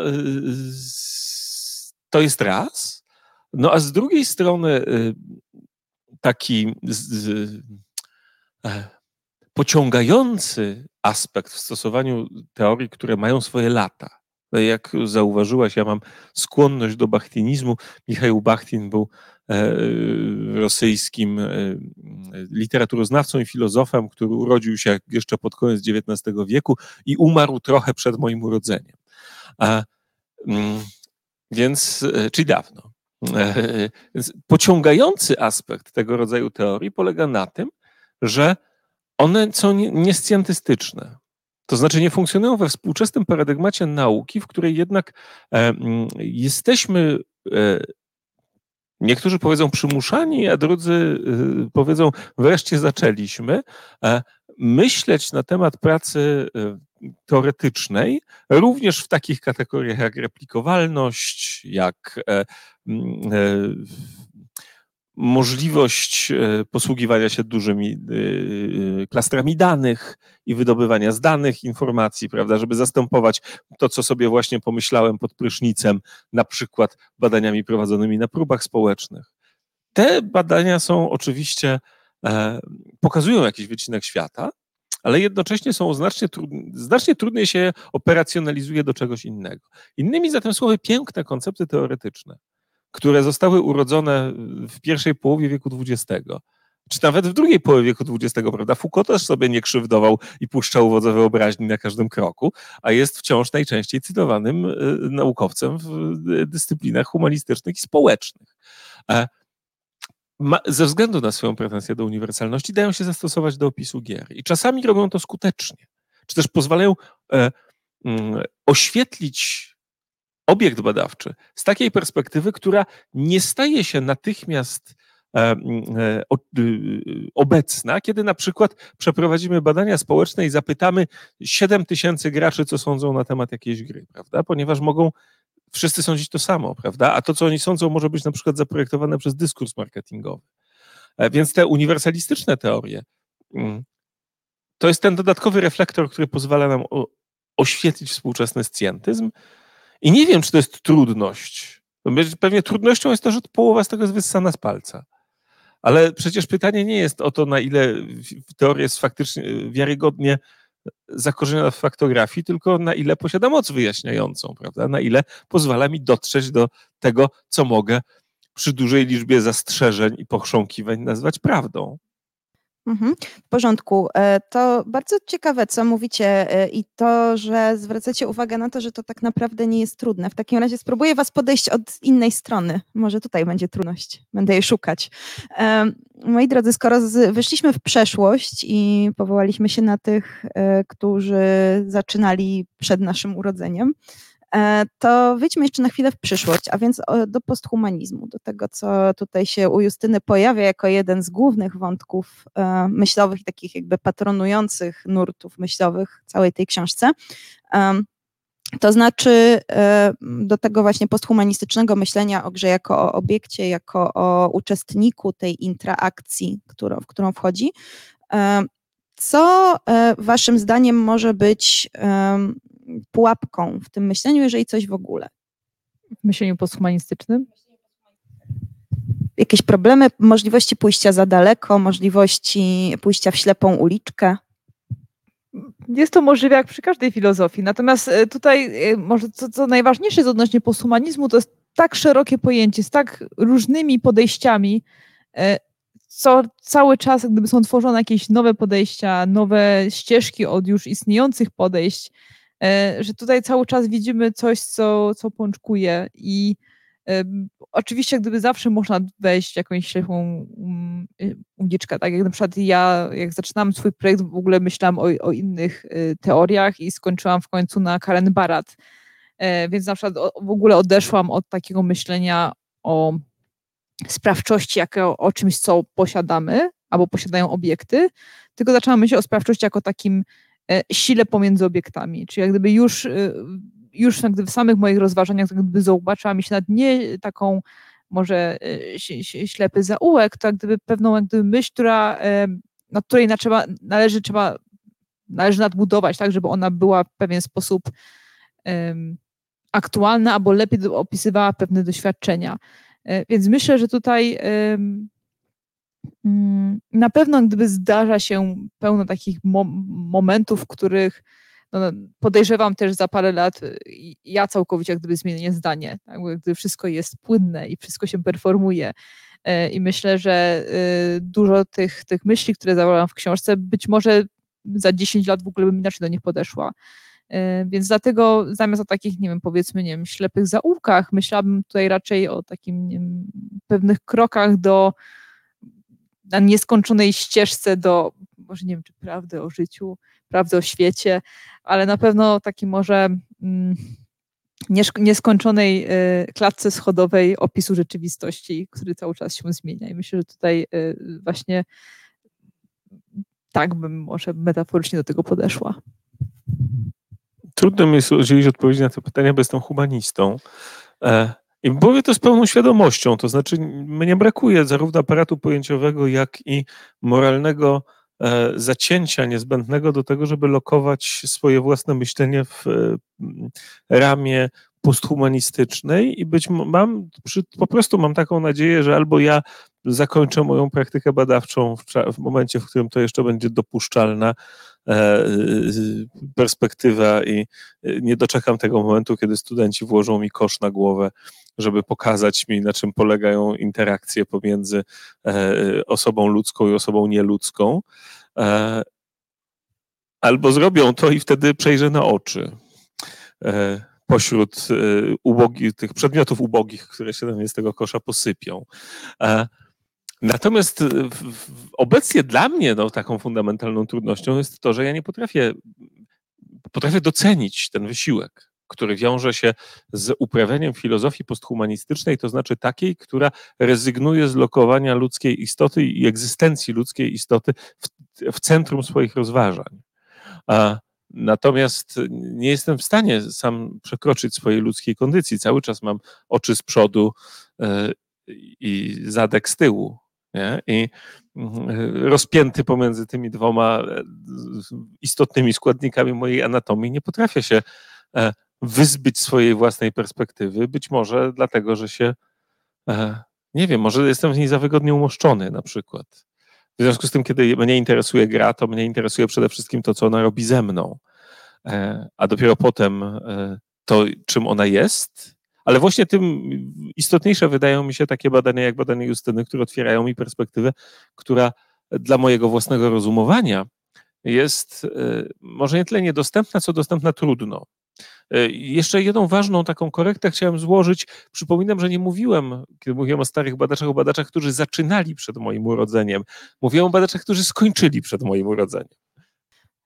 to jest raz. No a z drugiej strony taki z, pociągający aspekt w stosowaniu teorii, które mają swoje lata. Jak zauważyłaś, ja mam skłonność do bachtinizmu. Michał Bachtin był rosyjskim literaturoznawcą i filozofem, który urodził się jeszcze pod koniec dziewiętnastego wieku i umarł trochę przed moim urodzeniem. A, więc, czyli dawno. Więc pociągający aspekt tego rodzaju teorii polega na tym, że one są niescjentystyczne. To znaczy nie funkcjonują we współczesnym paradygmacie nauki, w której jednak e, jesteśmy, e, niektórzy powiedzą przymuszani, a drudzy e, powiedzą wreszcie zaczęliśmy e, myśleć na temat pracy e, teoretycznej, również w takich kategoriach jak replikowalność, jak e, e, możliwość posługiwania się dużymi klastrami danych i wydobywania z danych informacji, prawda, żeby zastępować to, co sobie właśnie pomyślałem pod prysznicem, na przykład badaniami prowadzonymi na próbach społecznych. Te badania są oczywiście, e, pokazują jakiś wycinek świata, ale jednocześnie są znacznie, trudne, znacznie trudniej się operacjonalizuje do czegoś innego. Innymi zatem słowy, piękne koncepty teoretyczne, które zostały urodzone w pierwszej połowie wieku dwudziestego, czy nawet w drugiej połowie wieku dwudziestego, prawda? Foucault też sobie nie krzywdował i puszczał wodze wyobraźni na każdym kroku, a jest wciąż najczęściej cytowanym naukowcem w dyscyplinach humanistycznych i społecznych. Ze względu na swoją pretensję do uniwersalności dają się zastosować do opisu gier i czasami robią to skutecznie, czy też pozwalają oświetlić obiekt badawczy z takiej perspektywy, która nie staje się natychmiast obecna, kiedy na przykład przeprowadzimy badania społeczne i zapytamy siedem tysięcy graczy, co sądzą na temat jakiejś gry, prawda? Ponieważ mogą wszyscy sądzić to samo, prawda? A to, co oni sądzą, może być na przykład zaprojektowane przez dyskurs marketingowy. Więc te uniwersalistyczne teorie to jest ten dodatkowy reflektor, który pozwala nam oświetlić współczesny scjentyzm. I nie wiem, czy to jest trudność. Pewnie trudnością jest to, że połowa z tego jest wyssana z palca. Ale przecież pytanie nie jest o to, na ile teoria jest faktycznie wiarygodnie zakorzeniona w faktografii, tylko na ile posiada moc wyjaśniającą, prawda? Na ile pozwala mi dotrzeć do tego, co mogę przy dużej liczbie zastrzeżeń i pochrząkiwań nazwać prawdą. Mhm, w porządku. To bardzo ciekawe, co mówicie i to, że zwracacie uwagę na to, że to tak naprawdę nie jest trudne. W takim razie spróbuję was podejść od innej strony. Może tutaj będzie trudność. Będę jej szukać. Moi drodzy, skoro wyszliśmy w przeszłość i powołaliśmy się na tych, którzy zaczynali przed naszym urodzeniem, To wyjdźmy jeszcze na chwilę w przyszłość, a więc do posthumanizmu, do tego, co tutaj się u Justyny pojawia jako jeden z głównych wątków myślowych, takich jakby patronujących nurtów myślowych całej tej książce. To znaczy do tego właśnie posthumanistycznego myślenia o grze jako o obiekcie, jako o uczestniku tej interakcji, którą, w którą wchodzi. Co waszym zdaniem może być pułapką w tym myśleniu, jeżeli coś w ogóle? W myśleniu posthumanistycznym? Jakieś problemy, możliwości pójścia za daleko, możliwości pójścia w ślepą uliczkę? Jest to możliwe jak przy każdej filozofii, natomiast tutaj może co, co najważniejsze jest odnośnie posthumanizmu, to jest tak szerokie pojęcie, z tak różnymi podejściami, co cały czas gdyby są tworzone jakieś nowe podejścia, nowe ścieżki od już istniejących podejść, że tutaj cały czas widzimy coś, co, co pączkuje i um, oczywiście gdyby zawsze można wejść w jakąś ślepą um, uliczkę, tak jak na przykład ja, jak zaczynałam swój projekt, w ogóle myślałam o, o innych y, teoriach i skończyłam w końcu na Karen Barat, e, więc na przykład o, w ogóle odeszłam od takiego myślenia o sprawczości jako o czymś, co posiadamy albo posiadają obiekty, tylko zaczęłam myśleć o sprawczości jako takim sile pomiędzy obiektami, czyli jak gdyby już, już jak gdyby w samych moich rozważaniach jak gdyby zobaczyłam się nad nie taką może ślepy zaułek, to jak gdyby pewną jak gdyby myśl, która, nad której trzeba, należy, trzeba, należy nadbudować, tak, żeby ona była w pewien sposób um, aktualna albo lepiej opisywała pewne doświadczenia. Więc myślę, że tutaj um, na pewno gdyby zdarza się pełno takich mo- momentów, w których no, podejrzewam też za parę lat ja całkowicie jak gdyby zmienię zdanie, tak? Gdy wszystko jest płynne i wszystko się performuje i myślę, że dużo tych, tych myśli, które zawarłam w książce, być może za dziesięć lat w ogóle bym inaczej do nich podeszła. Więc dlatego zamiast o takich, nie wiem, powiedzmy, nie wiem, ślepych zaułkach, myślałabym tutaj raczej o takim, nie wiem, pewnych krokach do na nieskończonej ścieżce do, może nie wiem, czy prawdy o życiu, prawdy o świecie, ale na pewno takiej może mm, nieskończonej y, klatce schodowej opisu rzeczywistości, który cały czas się zmienia. I myślę, że tutaj y, właśnie tak bym może metaforycznie do tego podeszła. Trudno mi jest udzielić odpowiedzi na to pytanie, bo jestem humanistą. E, I mówię to z pełną świadomością, to znaczy mnie brakuje zarówno aparatu pojęciowego, jak i moralnego e, zacięcia niezbędnego do tego, żeby lokować swoje własne myślenie w e, ramie posthumanistycznej i być mam, przy, po prostu mam taką nadzieję, że albo ja zakończę moją praktykę badawczą w, w momencie, w którym to jeszcze będzie dopuszczalna e, perspektywa i nie doczekam tego momentu, kiedy studenci włożą mi kosz na głowę, żeby pokazać mi, na czym polegają interakcje pomiędzy e, osobą ludzką i osobą nieludzką. E, albo zrobią to i wtedy przejrzę na oczy. E, pośród y, ubogich, tych przedmiotów ubogich, które się nam z tego kosza posypią. E, natomiast w, w, obecnie dla mnie no, taką fundamentalną trudnością jest to, że ja nie potrafię, potrafię docenić ten wysiłek, który wiąże się z uprawianiem filozofii posthumanistycznej, to znaczy takiej, która rezygnuje z lokowania ludzkiej istoty i egzystencji ludzkiej istoty w, w centrum swoich rozważań. A natomiast nie jestem w stanie sam przekroczyć swojej ludzkiej kondycji. Cały czas mam oczy z przodu i zadek z tyłu. Nie? I rozpięty pomiędzy tymi dwoma istotnymi składnikami mojej anatomii nie potrafię się wyzbyć swojej własnej perspektywy. Być może dlatego, że się, nie wiem, może jestem w niej za wygodnie umoszczony na przykład. W związku z tym, kiedy mnie interesuje gra, to mnie interesuje przede wszystkim to, co ona robi ze mną, a dopiero potem to, czym ona jest. Ale właśnie tym istotniejsze wydają mi się takie badania, jak badania Justyny, które otwierają mi perspektywę, która dla mojego własnego rozumowania jest może nie tyle niedostępna, co dostępna trudno. Jeszcze jedną ważną taką korektę chciałem złożyć. Przypominam, że nie mówiłem, kiedy mówiłem o starych badaczach, o badaczach, którzy zaczynali przed moim urodzeniem. Mówiłem o badaczach, którzy skończyli przed moim urodzeniem.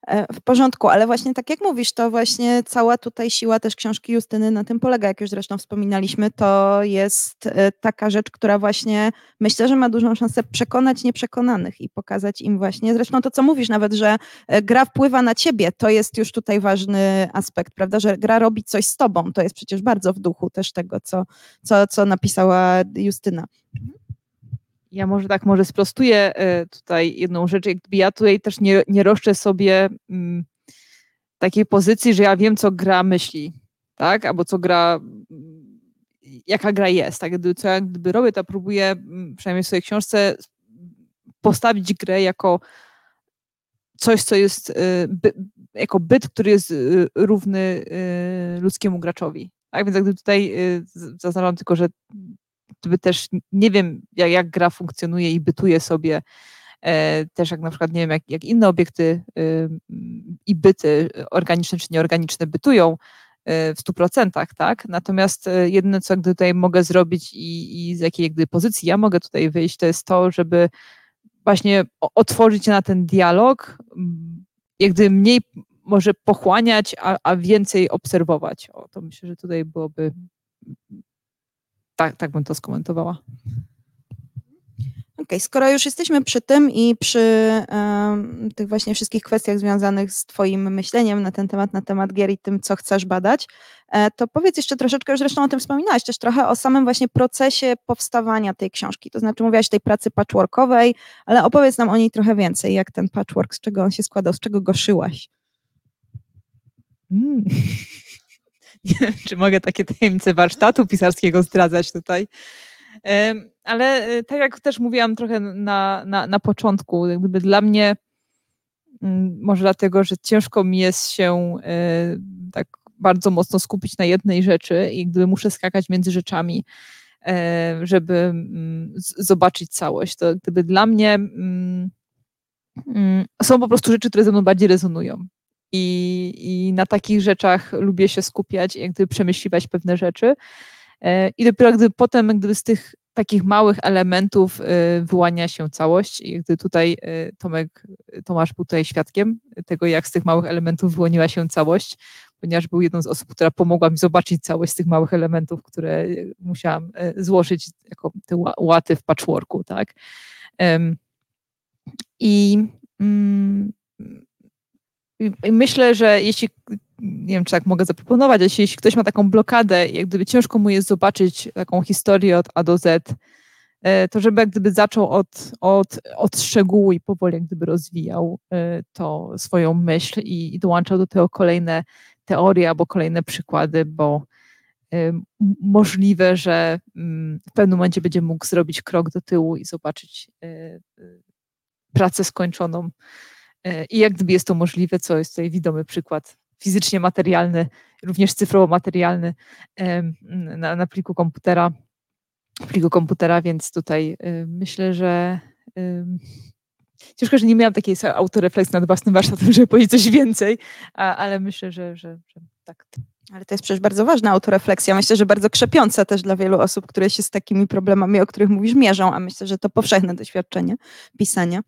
W porządku, ale właśnie tak jak mówisz, to właśnie cała tutaj siła też książki Justyny na tym polega, jak już zresztą wspominaliśmy, to jest taka rzecz, która właśnie myślę, że ma dużą szansę przekonać nieprzekonanych i pokazać im właśnie, zresztą to co mówisz nawet, że gra wpływa na ciebie, to jest już tutaj ważny aspekt, prawda, że gra robi coś z tobą, to jest przecież bardzo w duchu też tego, co, co, co napisała Justyna. Ja może tak, może sprostuję tutaj jedną rzecz, jakby ja tutaj też nie, nie roszczę sobie m, takiej pozycji, że ja wiem, co gra myśli, tak, albo co gra, jaka gra jest, tak, gdyby, co ja gdyby robię, to próbuję, przynajmniej w swojej książce, postawić grę jako coś, co jest, by, jako byt, który jest równy ludzkiemu graczowi, tak, więc jakby tutaj zaznaczam tylko, że gdyby też nie wiem, jak, jak gra funkcjonuje i bytuje sobie, e, też jak na przykład nie wiem, jak, jak inne obiekty y, i byty organiczne czy nieorganiczne bytują y, w stu procentach, tak? Natomiast y, jedyne, co gdy tutaj mogę zrobić i, i z jakiej gdy pozycji ja mogę tutaj wyjść, to jest to, żeby właśnie otworzyć się na ten dialog, jak gdy mniej może pochłaniać, a, a więcej obserwować. O, to myślę, że tutaj byłoby Tak, tak bym to skomentowała. Okej, okay, skoro już jesteśmy przy tym i przy um, tych właśnie wszystkich kwestiach związanych z twoim myśleniem na ten temat, na temat gier i tym, co chcesz badać, e, to powiedz jeszcze troszeczkę, już zresztą o tym wspominałaś, też trochę o samym właśnie procesie powstawania tej książki. To znaczy mówiłaś o tej pracy patchworkowej, ale opowiedz nam o niej trochę więcej. Jak ten patchwork, z czego on się składał, z czego go szyłaś? Hmm. Nie wiem, czy mogę takie tajemnice warsztatu pisarskiego zdradzać tutaj. Ale tak jak też mówiłam trochę na, na, na początku, jak gdyby dla mnie, może dlatego, że ciężko mi jest się tak bardzo mocno skupić na jednej rzeczy i gdyby muszę skakać między rzeczami, żeby zobaczyć całość, to gdyby dla mnie są po prostu rzeczy, które ze mną bardziej rezonują. I, I na takich rzeczach lubię się skupiać, jak gdyby przemyśliwać pewne rzeczy. I dopiero gdy potem jak gdyby z tych takich małych elementów wyłania się całość. I gdy tutaj Tomek, Tomasz był tutaj świadkiem tego, jak z tych małych elementów wyłoniła się całość, ponieważ był jedną z osób, która pomogła mi zobaczyć całość z tych małych elementów, które musiałam złożyć jako te łaty w patchworku, tak. I mm, I myślę, że jeśli, nie wiem, czy tak mogę zaproponować, jeśli, jeśli ktoś ma taką blokadę, jak gdyby ciężko mu jest zobaczyć taką historię od A do Z, to żeby jak gdyby zaczął od, od, od szczegółu i powoli jak gdyby rozwijał to swoją myśl i, i dołączał do tego kolejne teorie albo kolejne przykłady, bo możliwe, że w pewnym momencie będzie mógł zrobić krok do tyłu i zobaczyć pracę skończoną. I jak gdyby jest to możliwe, co jest tutaj widomy przykład fizycznie materialny, również cyfrowo materialny na, na pliku komputera, pliku komputera, więc tutaj myślę, że ciężko, że nie miałam takiej autorefleksji nad własnym warsztatem, żeby powiedzieć coś więcej, a, ale myślę, że, że, że tak. Ale to jest przecież bardzo ważna autorefleksja. Myślę, że bardzo krzepiąca też dla wielu osób, które się z takimi problemami, o których mówisz, mierzą, a myślę, że to powszechne doświadczenie pisania.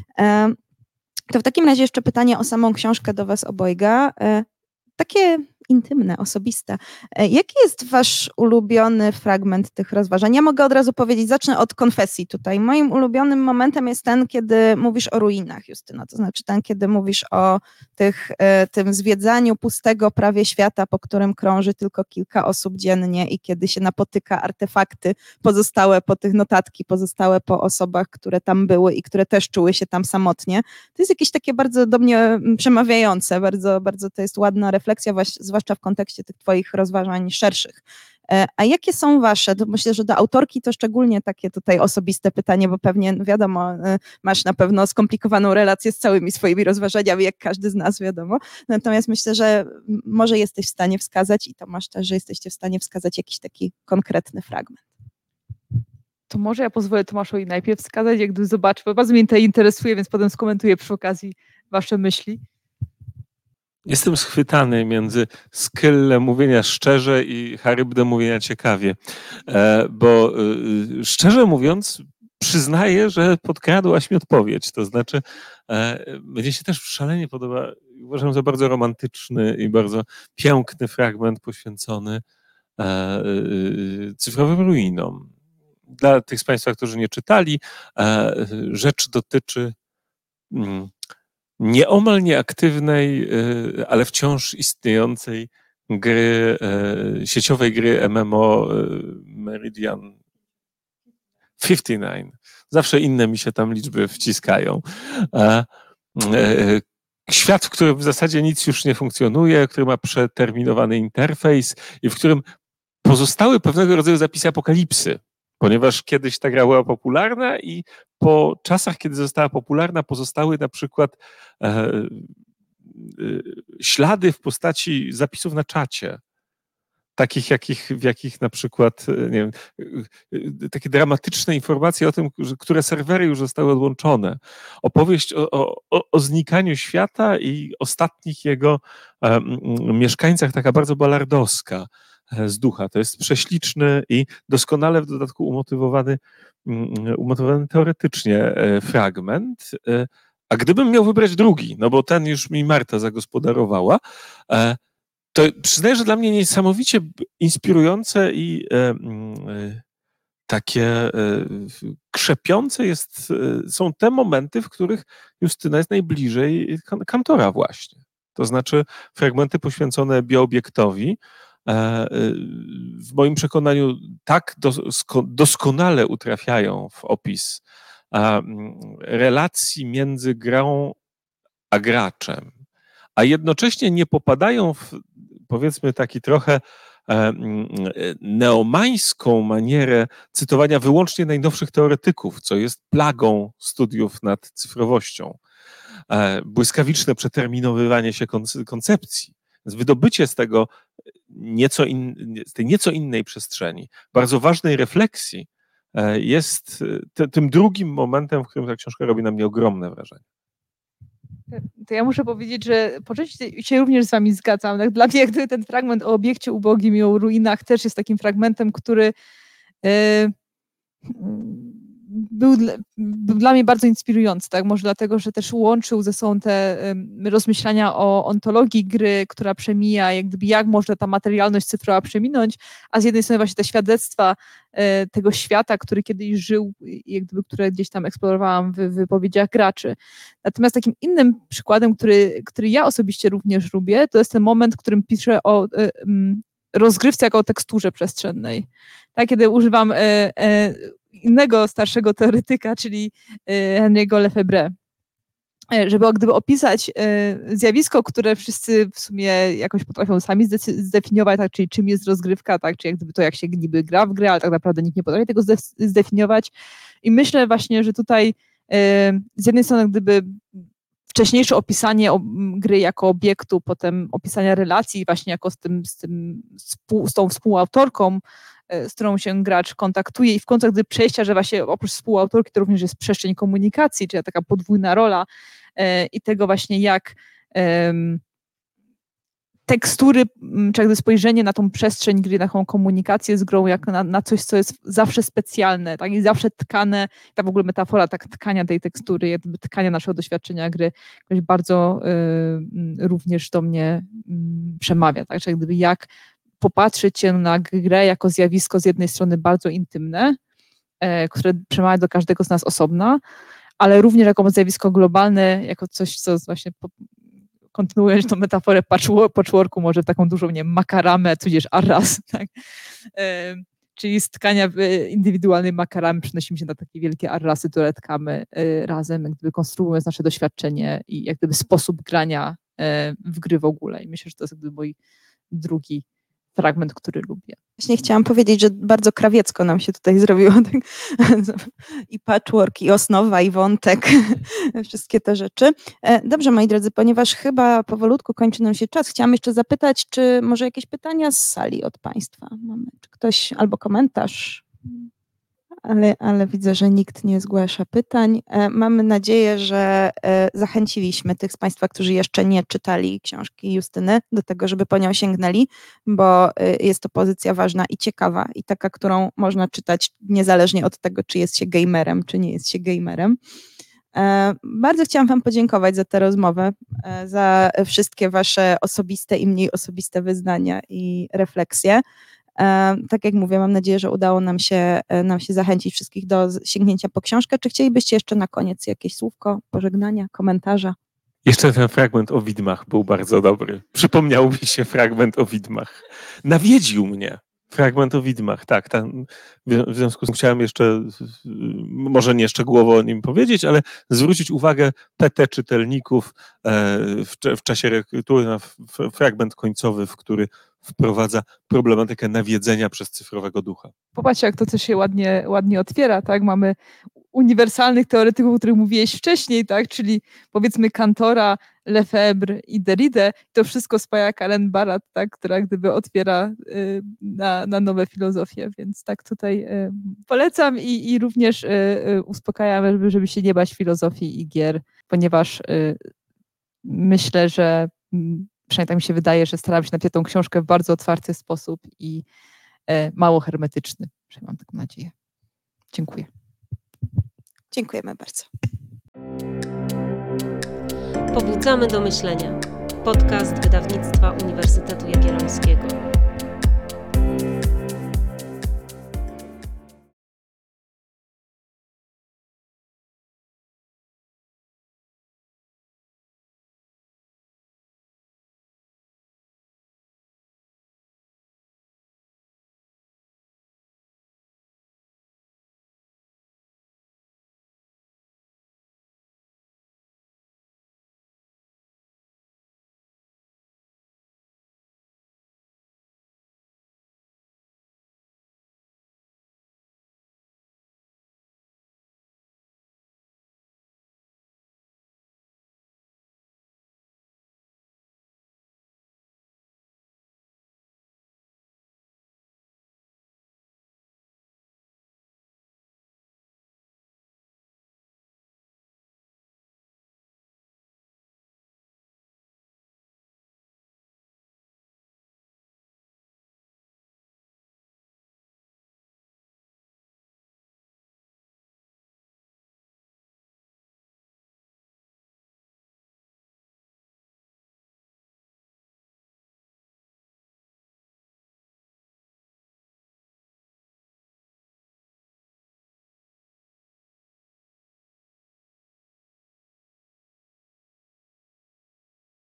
To w takim razie jeszcze pytanie o samą książkę do was obojga. Takie intymne, osobiste. Jaki jest wasz ulubiony fragment tych rozważań? Ja mogę od razu powiedzieć, zacznę od konfesji tutaj. Moim ulubionym momentem jest ten, kiedy mówisz o ruinach, Justyno, to znaczy ten, kiedy mówisz o tych, tym zwiedzaniu pustego prawie świata, po którym krąży tylko kilka osób dziennie i kiedy się napotyka artefakty pozostałe po tych notatki, pozostałe po osobach, które tam były i które też czuły się tam samotnie. To jest jakieś takie bardzo do mnie przemawiające, bardzo, bardzo to jest ładna refleksja, zwłaszcza w kontekście tych twoich rozważań szerszych. A jakie są wasze? To myślę, że do autorki to szczególnie takie tutaj osobiste pytanie, bo pewnie wiadomo, masz na pewno skomplikowaną relację z całymi swoimi rozważaniami, jak każdy z nas, wiadomo. Natomiast myślę, że może jesteś w stanie wskazać i Tomasz też, że jesteście w stanie wskazać jakiś taki konkretny fragment. To może ja pozwolę Tomaszowi najpierw wskazać, jak gdyby zobaczę, bo bardzo mnie to interesuje, więc potem skomentuję przy okazji wasze myśli. Jestem schwytany między Skyllem mówienia szczerze i Charybdem mówienia ciekawie, bo szczerze mówiąc przyznaję, że podkradłaś mi odpowiedź. To znaczy, e, mnie się też szalenie podoba, uważam za bardzo romantyczny i bardzo piękny fragment poświęcony e, e, cyfrowym ruinom. Dla tych z Państwa, którzy nie czytali, e, rzecz dotyczy mm, nieomal nieaktywnej, e, ale wciąż istniejącej gry, e, sieciowej gry M M O e, Meridian pięćdziesiąt dziewięć. Zawsze inne mi się tam liczby wciskają. E, e, Świat, w którym w zasadzie nic już nie funkcjonuje, który ma przeterminowany interfejs i w którym pozostały pewnego rodzaju zapisy apokalipsy, ponieważ kiedyś ta gra była popularna i po czasach, kiedy została popularna, pozostały na przykład e, e, ślady w postaci zapisów na czacie. Takich, jakich, w jakich na przykład, nie wiem, takie dramatyczne informacje o tym, że, które serwery już zostały odłączone. Opowieść o, o, o znikaniu świata i ostatnich jego um, mieszkańcach, taka bardzo balardowska z ducha. To jest prześliczny i doskonale w dodatku umotywowany, umotywowany teoretycznie fragment. A gdybym miał wybrać drugi, no bo ten już mi Marta zagospodarowała, to przyznaję, że dla mnie niesamowicie inspirujące i e, e, takie e, krzepiące jest, e, są te momenty, w których Justyna jest najbliżej Kantora właśnie. To znaczy fragmenty poświęcone bioobiektowi, e, w moim przekonaniu tak dosko, doskonale utrafiają w opis a, relacji między grą a graczem, a jednocześnie nie popadają w, powiedzmy, taki trochę e, neomańską manierę cytowania wyłącznie najnowszych teoretyków, co jest plagą studiów nad cyfrowością. E, błyskawiczne przeterminowywanie się koncepcji, więc wydobycie z tego nieco in, z tej nieco innej przestrzeni, bardzo ważnej refleksji e, jest te, tym drugim momentem, w którym ta książka robi na mnie ogromne wrażenie. To ja muszę powiedzieć, że po części się również z wami zgadzam. Tak, dla mnie jak gdyby ten fragment o obiekcie ubogim i o ruinach też jest takim fragmentem, który yy, był, dla, był dla mnie bardzo inspirujący. Tak? Może dlatego, że też łączył ze sobą te yy, rozmyślania o ontologii gry, która przemija, jak gdyby jak można ta materialność cyfrowa przeminąć, a z jednej strony właśnie te świadectwa yy, tego świata, który kiedyś żył, jak gdyby, które gdzieś tam eksplorowałam w, w wypowiedziach graczy. Natomiast takim innym przykładem, który, który ja osobiście również lubię, to jest ten moment, w którym piszę o y, y, rozgrywce jako o teksturze przestrzennej. Tak, kiedy używam y, y, innego starszego teoretyka, czyli y, Henry'ego Lefebvre, żeby gdyby opisać y, zjawisko, które wszyscy w sumie jakoś potrafią sami zdefiniować, tak, czyli czym jest rozgrywka, tak, czy jak gdyby to, jak się niby gra w grę, ale tak naprawdę nikt nie potrafi tego zdefiniować. I myślę właśnie, że tutaj z jednej strony gdyby wcześniejsze opisanie gry jako obiektu, potem opisania relacji właśnie jako z, tym, z, tym, z tą współautorką, z którą się gracz kontaktuje i w końcu gdy przejścia, że właśnie oprócz współautorki to również jest przestrzeń komunikacji, czyli taka podwójna rola i tego właśnie jak tekstury, czy jakby spojrzenie na tą przestrzeń gry, na tą komunikację z grą, jak na, na coś, co jest zawsze specjalne, tak, i zawsze tkane, ta w ogóle metafora tak tkania tej tekstury, jakby tkania naszego doświadczenia gry, jakoś bardzo y, również do mnie y, przemawia, tak, że gdyby jak popatrzeć się na grę jako zjawisko z jednej strony bardzo intymne, y, które przemawia do każdego z nas osobna, ale również jako zjawisko globalne, jako coś, co właśnie po, kontynuując tą metaforę patchworku, może taką dużą, nie wiem, makaramę, tudzież arras, tak? E, czyli z tkania indywidualnej makaramy przenosimy się na takie wielkie arrasy, które tkamy e, razem, jak gdyby konstruując nasze doświadczenie i jak gdyby sposób grania e, w gry w ogóle. I myślę, że to jest jak gdyby mój drugi fragment, który lubię. Właśnie chciałam powiedzieć, że bardzo krawiecko nam się tutaj zrobiło. Tak? I patchwork, i osnowa, i wątek, wszystkie te rzeczy. Dobrze, moi drodzy, ponieważ chyba powolutku kończy nam się czas, chciałam jeszcze zapytać, czy może jakieś pytania z sali od Państwa mamy? Czy ktoś, albo komentarz? Ale, ale widzę, że nikt nie zgłasza pytań. E, Mamy nadzieję, że e, zachęciliśmy tych z Państwa, którzy jeszcze nie czytali książki Justyny, do tego, żeby po nią sięgnęli, bo e, jest to pozycja ważna i ciekawa i taka, którą można czytać niezależnie od tego, czy jest się gamerem, czy nie jest się gamerem. E, Bardzo chciałam Wam podziękować za tę rozmowę, e, za wszystkie Wasze osobiste i mniej osobiste wyznania i refleksje. E, Tak jak mówię, mam nadzieję, że udało nam się, e, nam się zachęcić wszystkich do z- sięgnięcia po książkę. Czy chcielibyście jeszcze na koniec jakieś słówko, pożegnania, komentarza? Jeszcze ten fragment o widmach był bardzo dobry. Przypomniał mi się fragment o widmach. Nawiedził mnie. Fragment o widmach, tak. Tam, w w związku z tym chciałem jeszcze, y, może nie szczegółowo o nim powiedzieć, ale zwrócić uwagę P T czytelników e, w, cze- w czasie rekrutury na f- f- fragment końcowy, w który wprowadza problematykę nawiedzenia przez cyfrowego ducha. Popatrzcie, jak to coś się ładnie, ładnie otwiera, tak? Mamy uniwersalnych teoretyków, o których mówiłeś wcześniej, tak? Czyli powiedzmy Kantora, Lefebvre i Derrida. To wszystko spaja Karen Barad, tak? Która gdyby otwiera y, na, na nowe filozofie, więc tak tutaj y, polecam i, i również y, y, uspokajam, żeby, żeby się nie bać filozofii i gier, ponieważ y, myślę, że mm, przynajmniej tak mi się wydaje, że staram się napisać tą książkę w bardzo otwarty sposób i e, mało hermetyczny, przynajmniej mam taką nadzieję. Dziękuję. Dziękujemy bardzo. Pobudzamy do myślenia. Podcast Wydawnictwa Uniwersytetu Jagiellońskiego.